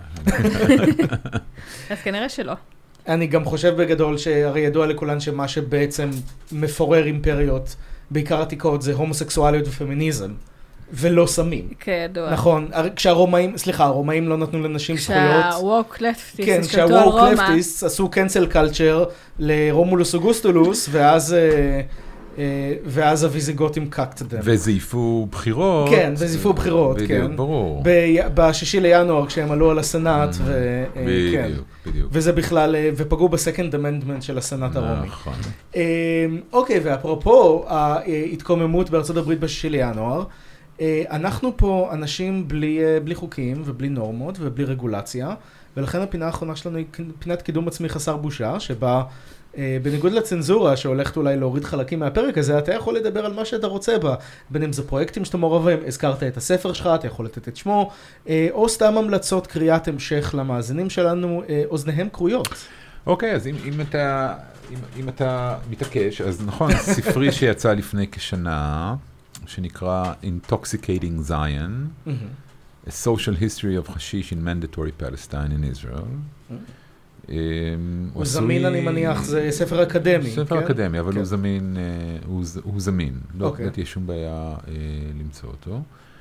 [SPEAKER 1] אז כנראה שלא.
[SPEAKER 3] אני גם חושב בגדול שהרי ידוע לכולן שמה שבעצם מפורר אימפריות, בעיקר עתיקות, זה הומוסקסואליות ופמיניזם, ולא סמים.
[SPEAKER 1] כידוע.
[SPEAKER 3] נכון, כשהרומאים, סליחה, הרומאים לא נתנו לנשים זכויות.
[SPEAKER 1] כשהווק לפטיסט,
[SPEAKER 3] כן, כשהווק לפטיסט עשו קנסל קלצ'ר לרומולוס אוגוסטולוס, ואז... ואז הוויזיגותים קקט דם.
[SPEAKER 2] וזייפו בחירות.
[SPEAKER 3] כן, וזייפו בחירות, כן.
[SPEAKER 2] בדיוק, ברור.
[SPEAKER 3] בשישי לינואר, כשהם עלו על הסנאט,
[SPEAKER 2] בדיוק, בדיוק.
[SPEAKER 3] וזה בכלל, ופגעו בסקנד אמנדמנט של הסנאט הרומי.
[SPEAKER 2] נכון.
[SPEAKER 3] אוקיי, ואפרופו ההתקוממות בארצות הברית בשישי לינואר, אנחנו פה אנשים בלי חוקים ובלי נורמות ובלי רגולציה, ולכן הפינה האחרונה שלנו היא פינת קידום עצמי חסר בושה, שבה בניגוד לצנזורה שהולכת אולי להוריד חלקים מהפרק הזה, אתה יכול לדבר על מה שאתה רוצה בה, בין אם זה פרויקטים שאתה מעורבים, הזכרת את הספר שלך, אתה יכול לתת את שמו, או סתם המלצות קריאת המשך למאזינים שלנו, אוזניהם קרויות.
[SPEAKER 2] אוקיי, אז אם, אם אתה, אם, אם אתה מתעקש, אז נכון, ספרי שיצא לפני כשנה, שנקרא Intoxicating Zion, A Social History of Hashish in Mandatory Palestine in Israel.
[SPEAKER 3] הוא זמין, אני מניח, זה ספר אקדמי.
[SPEAKER 2] ספר אקדמי, אבל הוא זמין, הוא זמין. לא תהיה שום בעיה למצוא אותו.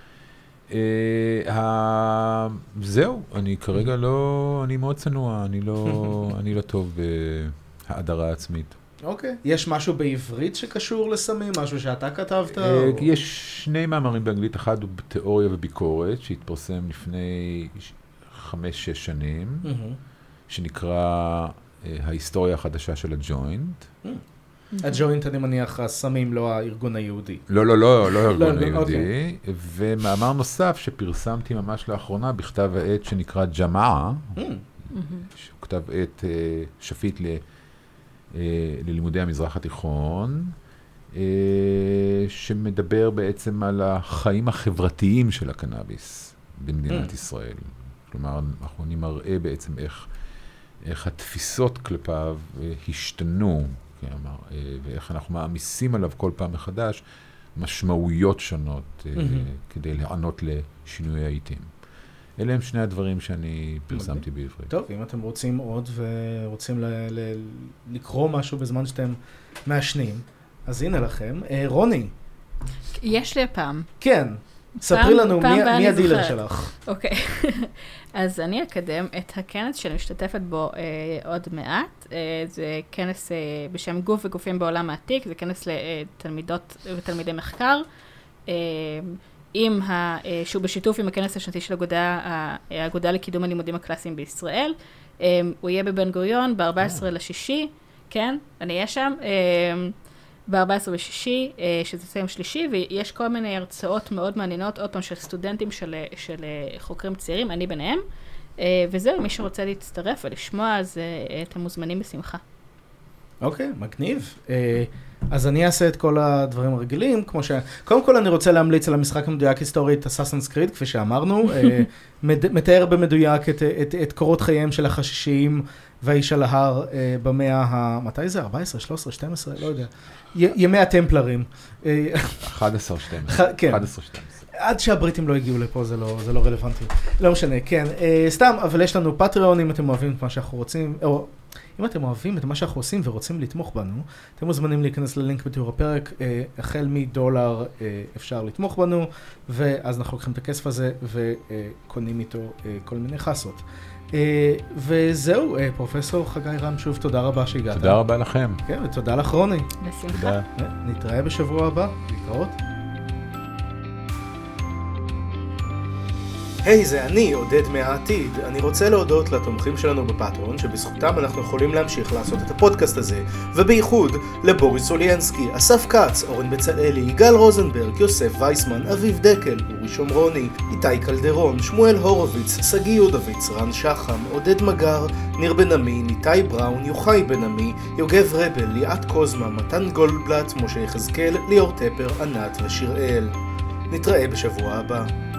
[SPEAKER 2] זהו, אני כרגע לא, אני מאוד צנוע, אני לא טוב בהאדרה עצמית.
[SPEAKER 3] אוקיי. יש משהו בעברית שקשור לסמים? משהו שאתה כתבת?
[SPEAKER 2] יש שני מאמרים באנגלית, אחד הוא בתיאוריה וביקורת, שהתפרסם לפני חמש, שש שנים. שנקרא ההיסטוריה החדשה של הג'וינט.
[SPEAKER 3] הג'וינט, אני מניח, הסמים, לא הארגון היהודי.
[SPEAKER 2] לא, לא, לא, לא הארגון היהודי. ומאמר נוסף שפרסמתי ממש לאחרונה בכתב העת שנקרא ג'מעה, שהוא כתב עת שפיט ללימודי המזרח התיכון, שמדבר בעצם על החיים החברתיים של הקנאביס במדינת ישראל. כלומר, אנחנו נמראה בעצם איך איך התפיסות כלפיו השתנו, ואיך אנחנו מעמיסים עליו כל פעם מחדש משמעויות שונות כדי לענות לשינוי העיתים. אלה הם שני הדברים שאני פרסמתי בעברית.
[SPEAKER 3] טוב, אם אתם רוצים עוד ורוצים לקרוא משהו בזמן שאתם מעשנים, אז הנה לכם. רוני.
[SPEAKER 1] יש לי הפעם.
[SPEAKER 3] כן. ספרי לנו מי הדילר שלך.
[SPEAKER 1] אוקיי. אז אני אקדם את הכנס שאני משתתפת בו עוד מעט. זה כנס בשם גוף וגופים בעולם העתיק, זה כנס לתלמידות ותלמידי מחקר. עם ה, שהוא בשיתוף עם הכנס השנתי של האגודה לקידום הלימודים הקלאסיים בישראל. הוא יהיה בבן גוריון ב-ארבעה עשר לשישי, כן, אני אהיה שם, ב-ארבעה עשר לשישי, שזה סיים שלישי, ויש כל מיני הרצאות מאוד מעניינות, עוד פעם של סטודנטים של, של חוקרים צעירים, אני ביניהם, וזהו, מי שרוצה להצטרף ולשמוע, אז אתם מוזמנים בשמחה.
[SPEAKER 3] אוקיי, מגניב. אז אני אעשה את כל הדברים הרגילים, כמו ש... קודם כל אני רוצה להמליץ על המשחק המדויק היסטורית, Assassin's Creed, כפי שאמרנו, מתאר במדויק את, את, את קורות חייהם של החשישיים והאיש על ההר במאה ה... מתי זה? ארבע עשרה, שלוש עשרה, שתים עשרה? לא יודע. י, ימי הטמפלרים.
[SPEAKER 2] אחת עשרה, שתים עשרה.
[SPEAKER 3] כן.
[SPEAKER 2] אחת עשרה, שתים עשרה.
[SPEAKER 3] עד שהבריטים לא הגיעו לפה, זה לא, זה לא רלוונטי. לא משנה, כן. סתם, אבל יש לנו פטריון, אם אתם אוהבים את מה שאנחנו רוצים, או... אם אתם אוהבים את מה שאנחנו עושים ורוצים לתמוך בנו, אתם מוזמנים להיכנס ללינק בתיאור הפרק, החל מדולר אפשר לתמוך בנו, ואז אנחנו לוקחים את הכסף הזה וקונים איתו כל מיני חסות. וזהו, פרופסור חגי רם, שוב תודה רבה שהגעת.
[SPEAKER 2] תודה רבה לכם.
[SPEAKER 3] כן, ותודה לך רוני.
[SPEAKER 1] בשמחה.
[SPEAKER 3] נתראה בשבוע הבא, להתראות. היי, hey, זה אני, עודד מהעתיד. אני רוצה להודות לתומכים שלנו בפטרון, שבזכותם אנחנו יכולים להמשיך לעשות את הפודקאסט הזה, ובייחוד לבוריס סוליינסקי, אסף קץ, אורן בצלאלי, יגאל רוזנברג, יוסף וייסמן, אביב דקל, אורי שומרוני, איתי קלדרון, שמואל הורוביץ, סגי יודוביץ, רן שחם, עודד מגר, ניר בן עמי, ניתי בראון, יוחאי בן עמי, יוגב רבל, ליאת קוזמה, מתן גולדבלט, משה יחזקאל, ליאור טפר, ענת ושיראל. נתראה בשבוע הבא.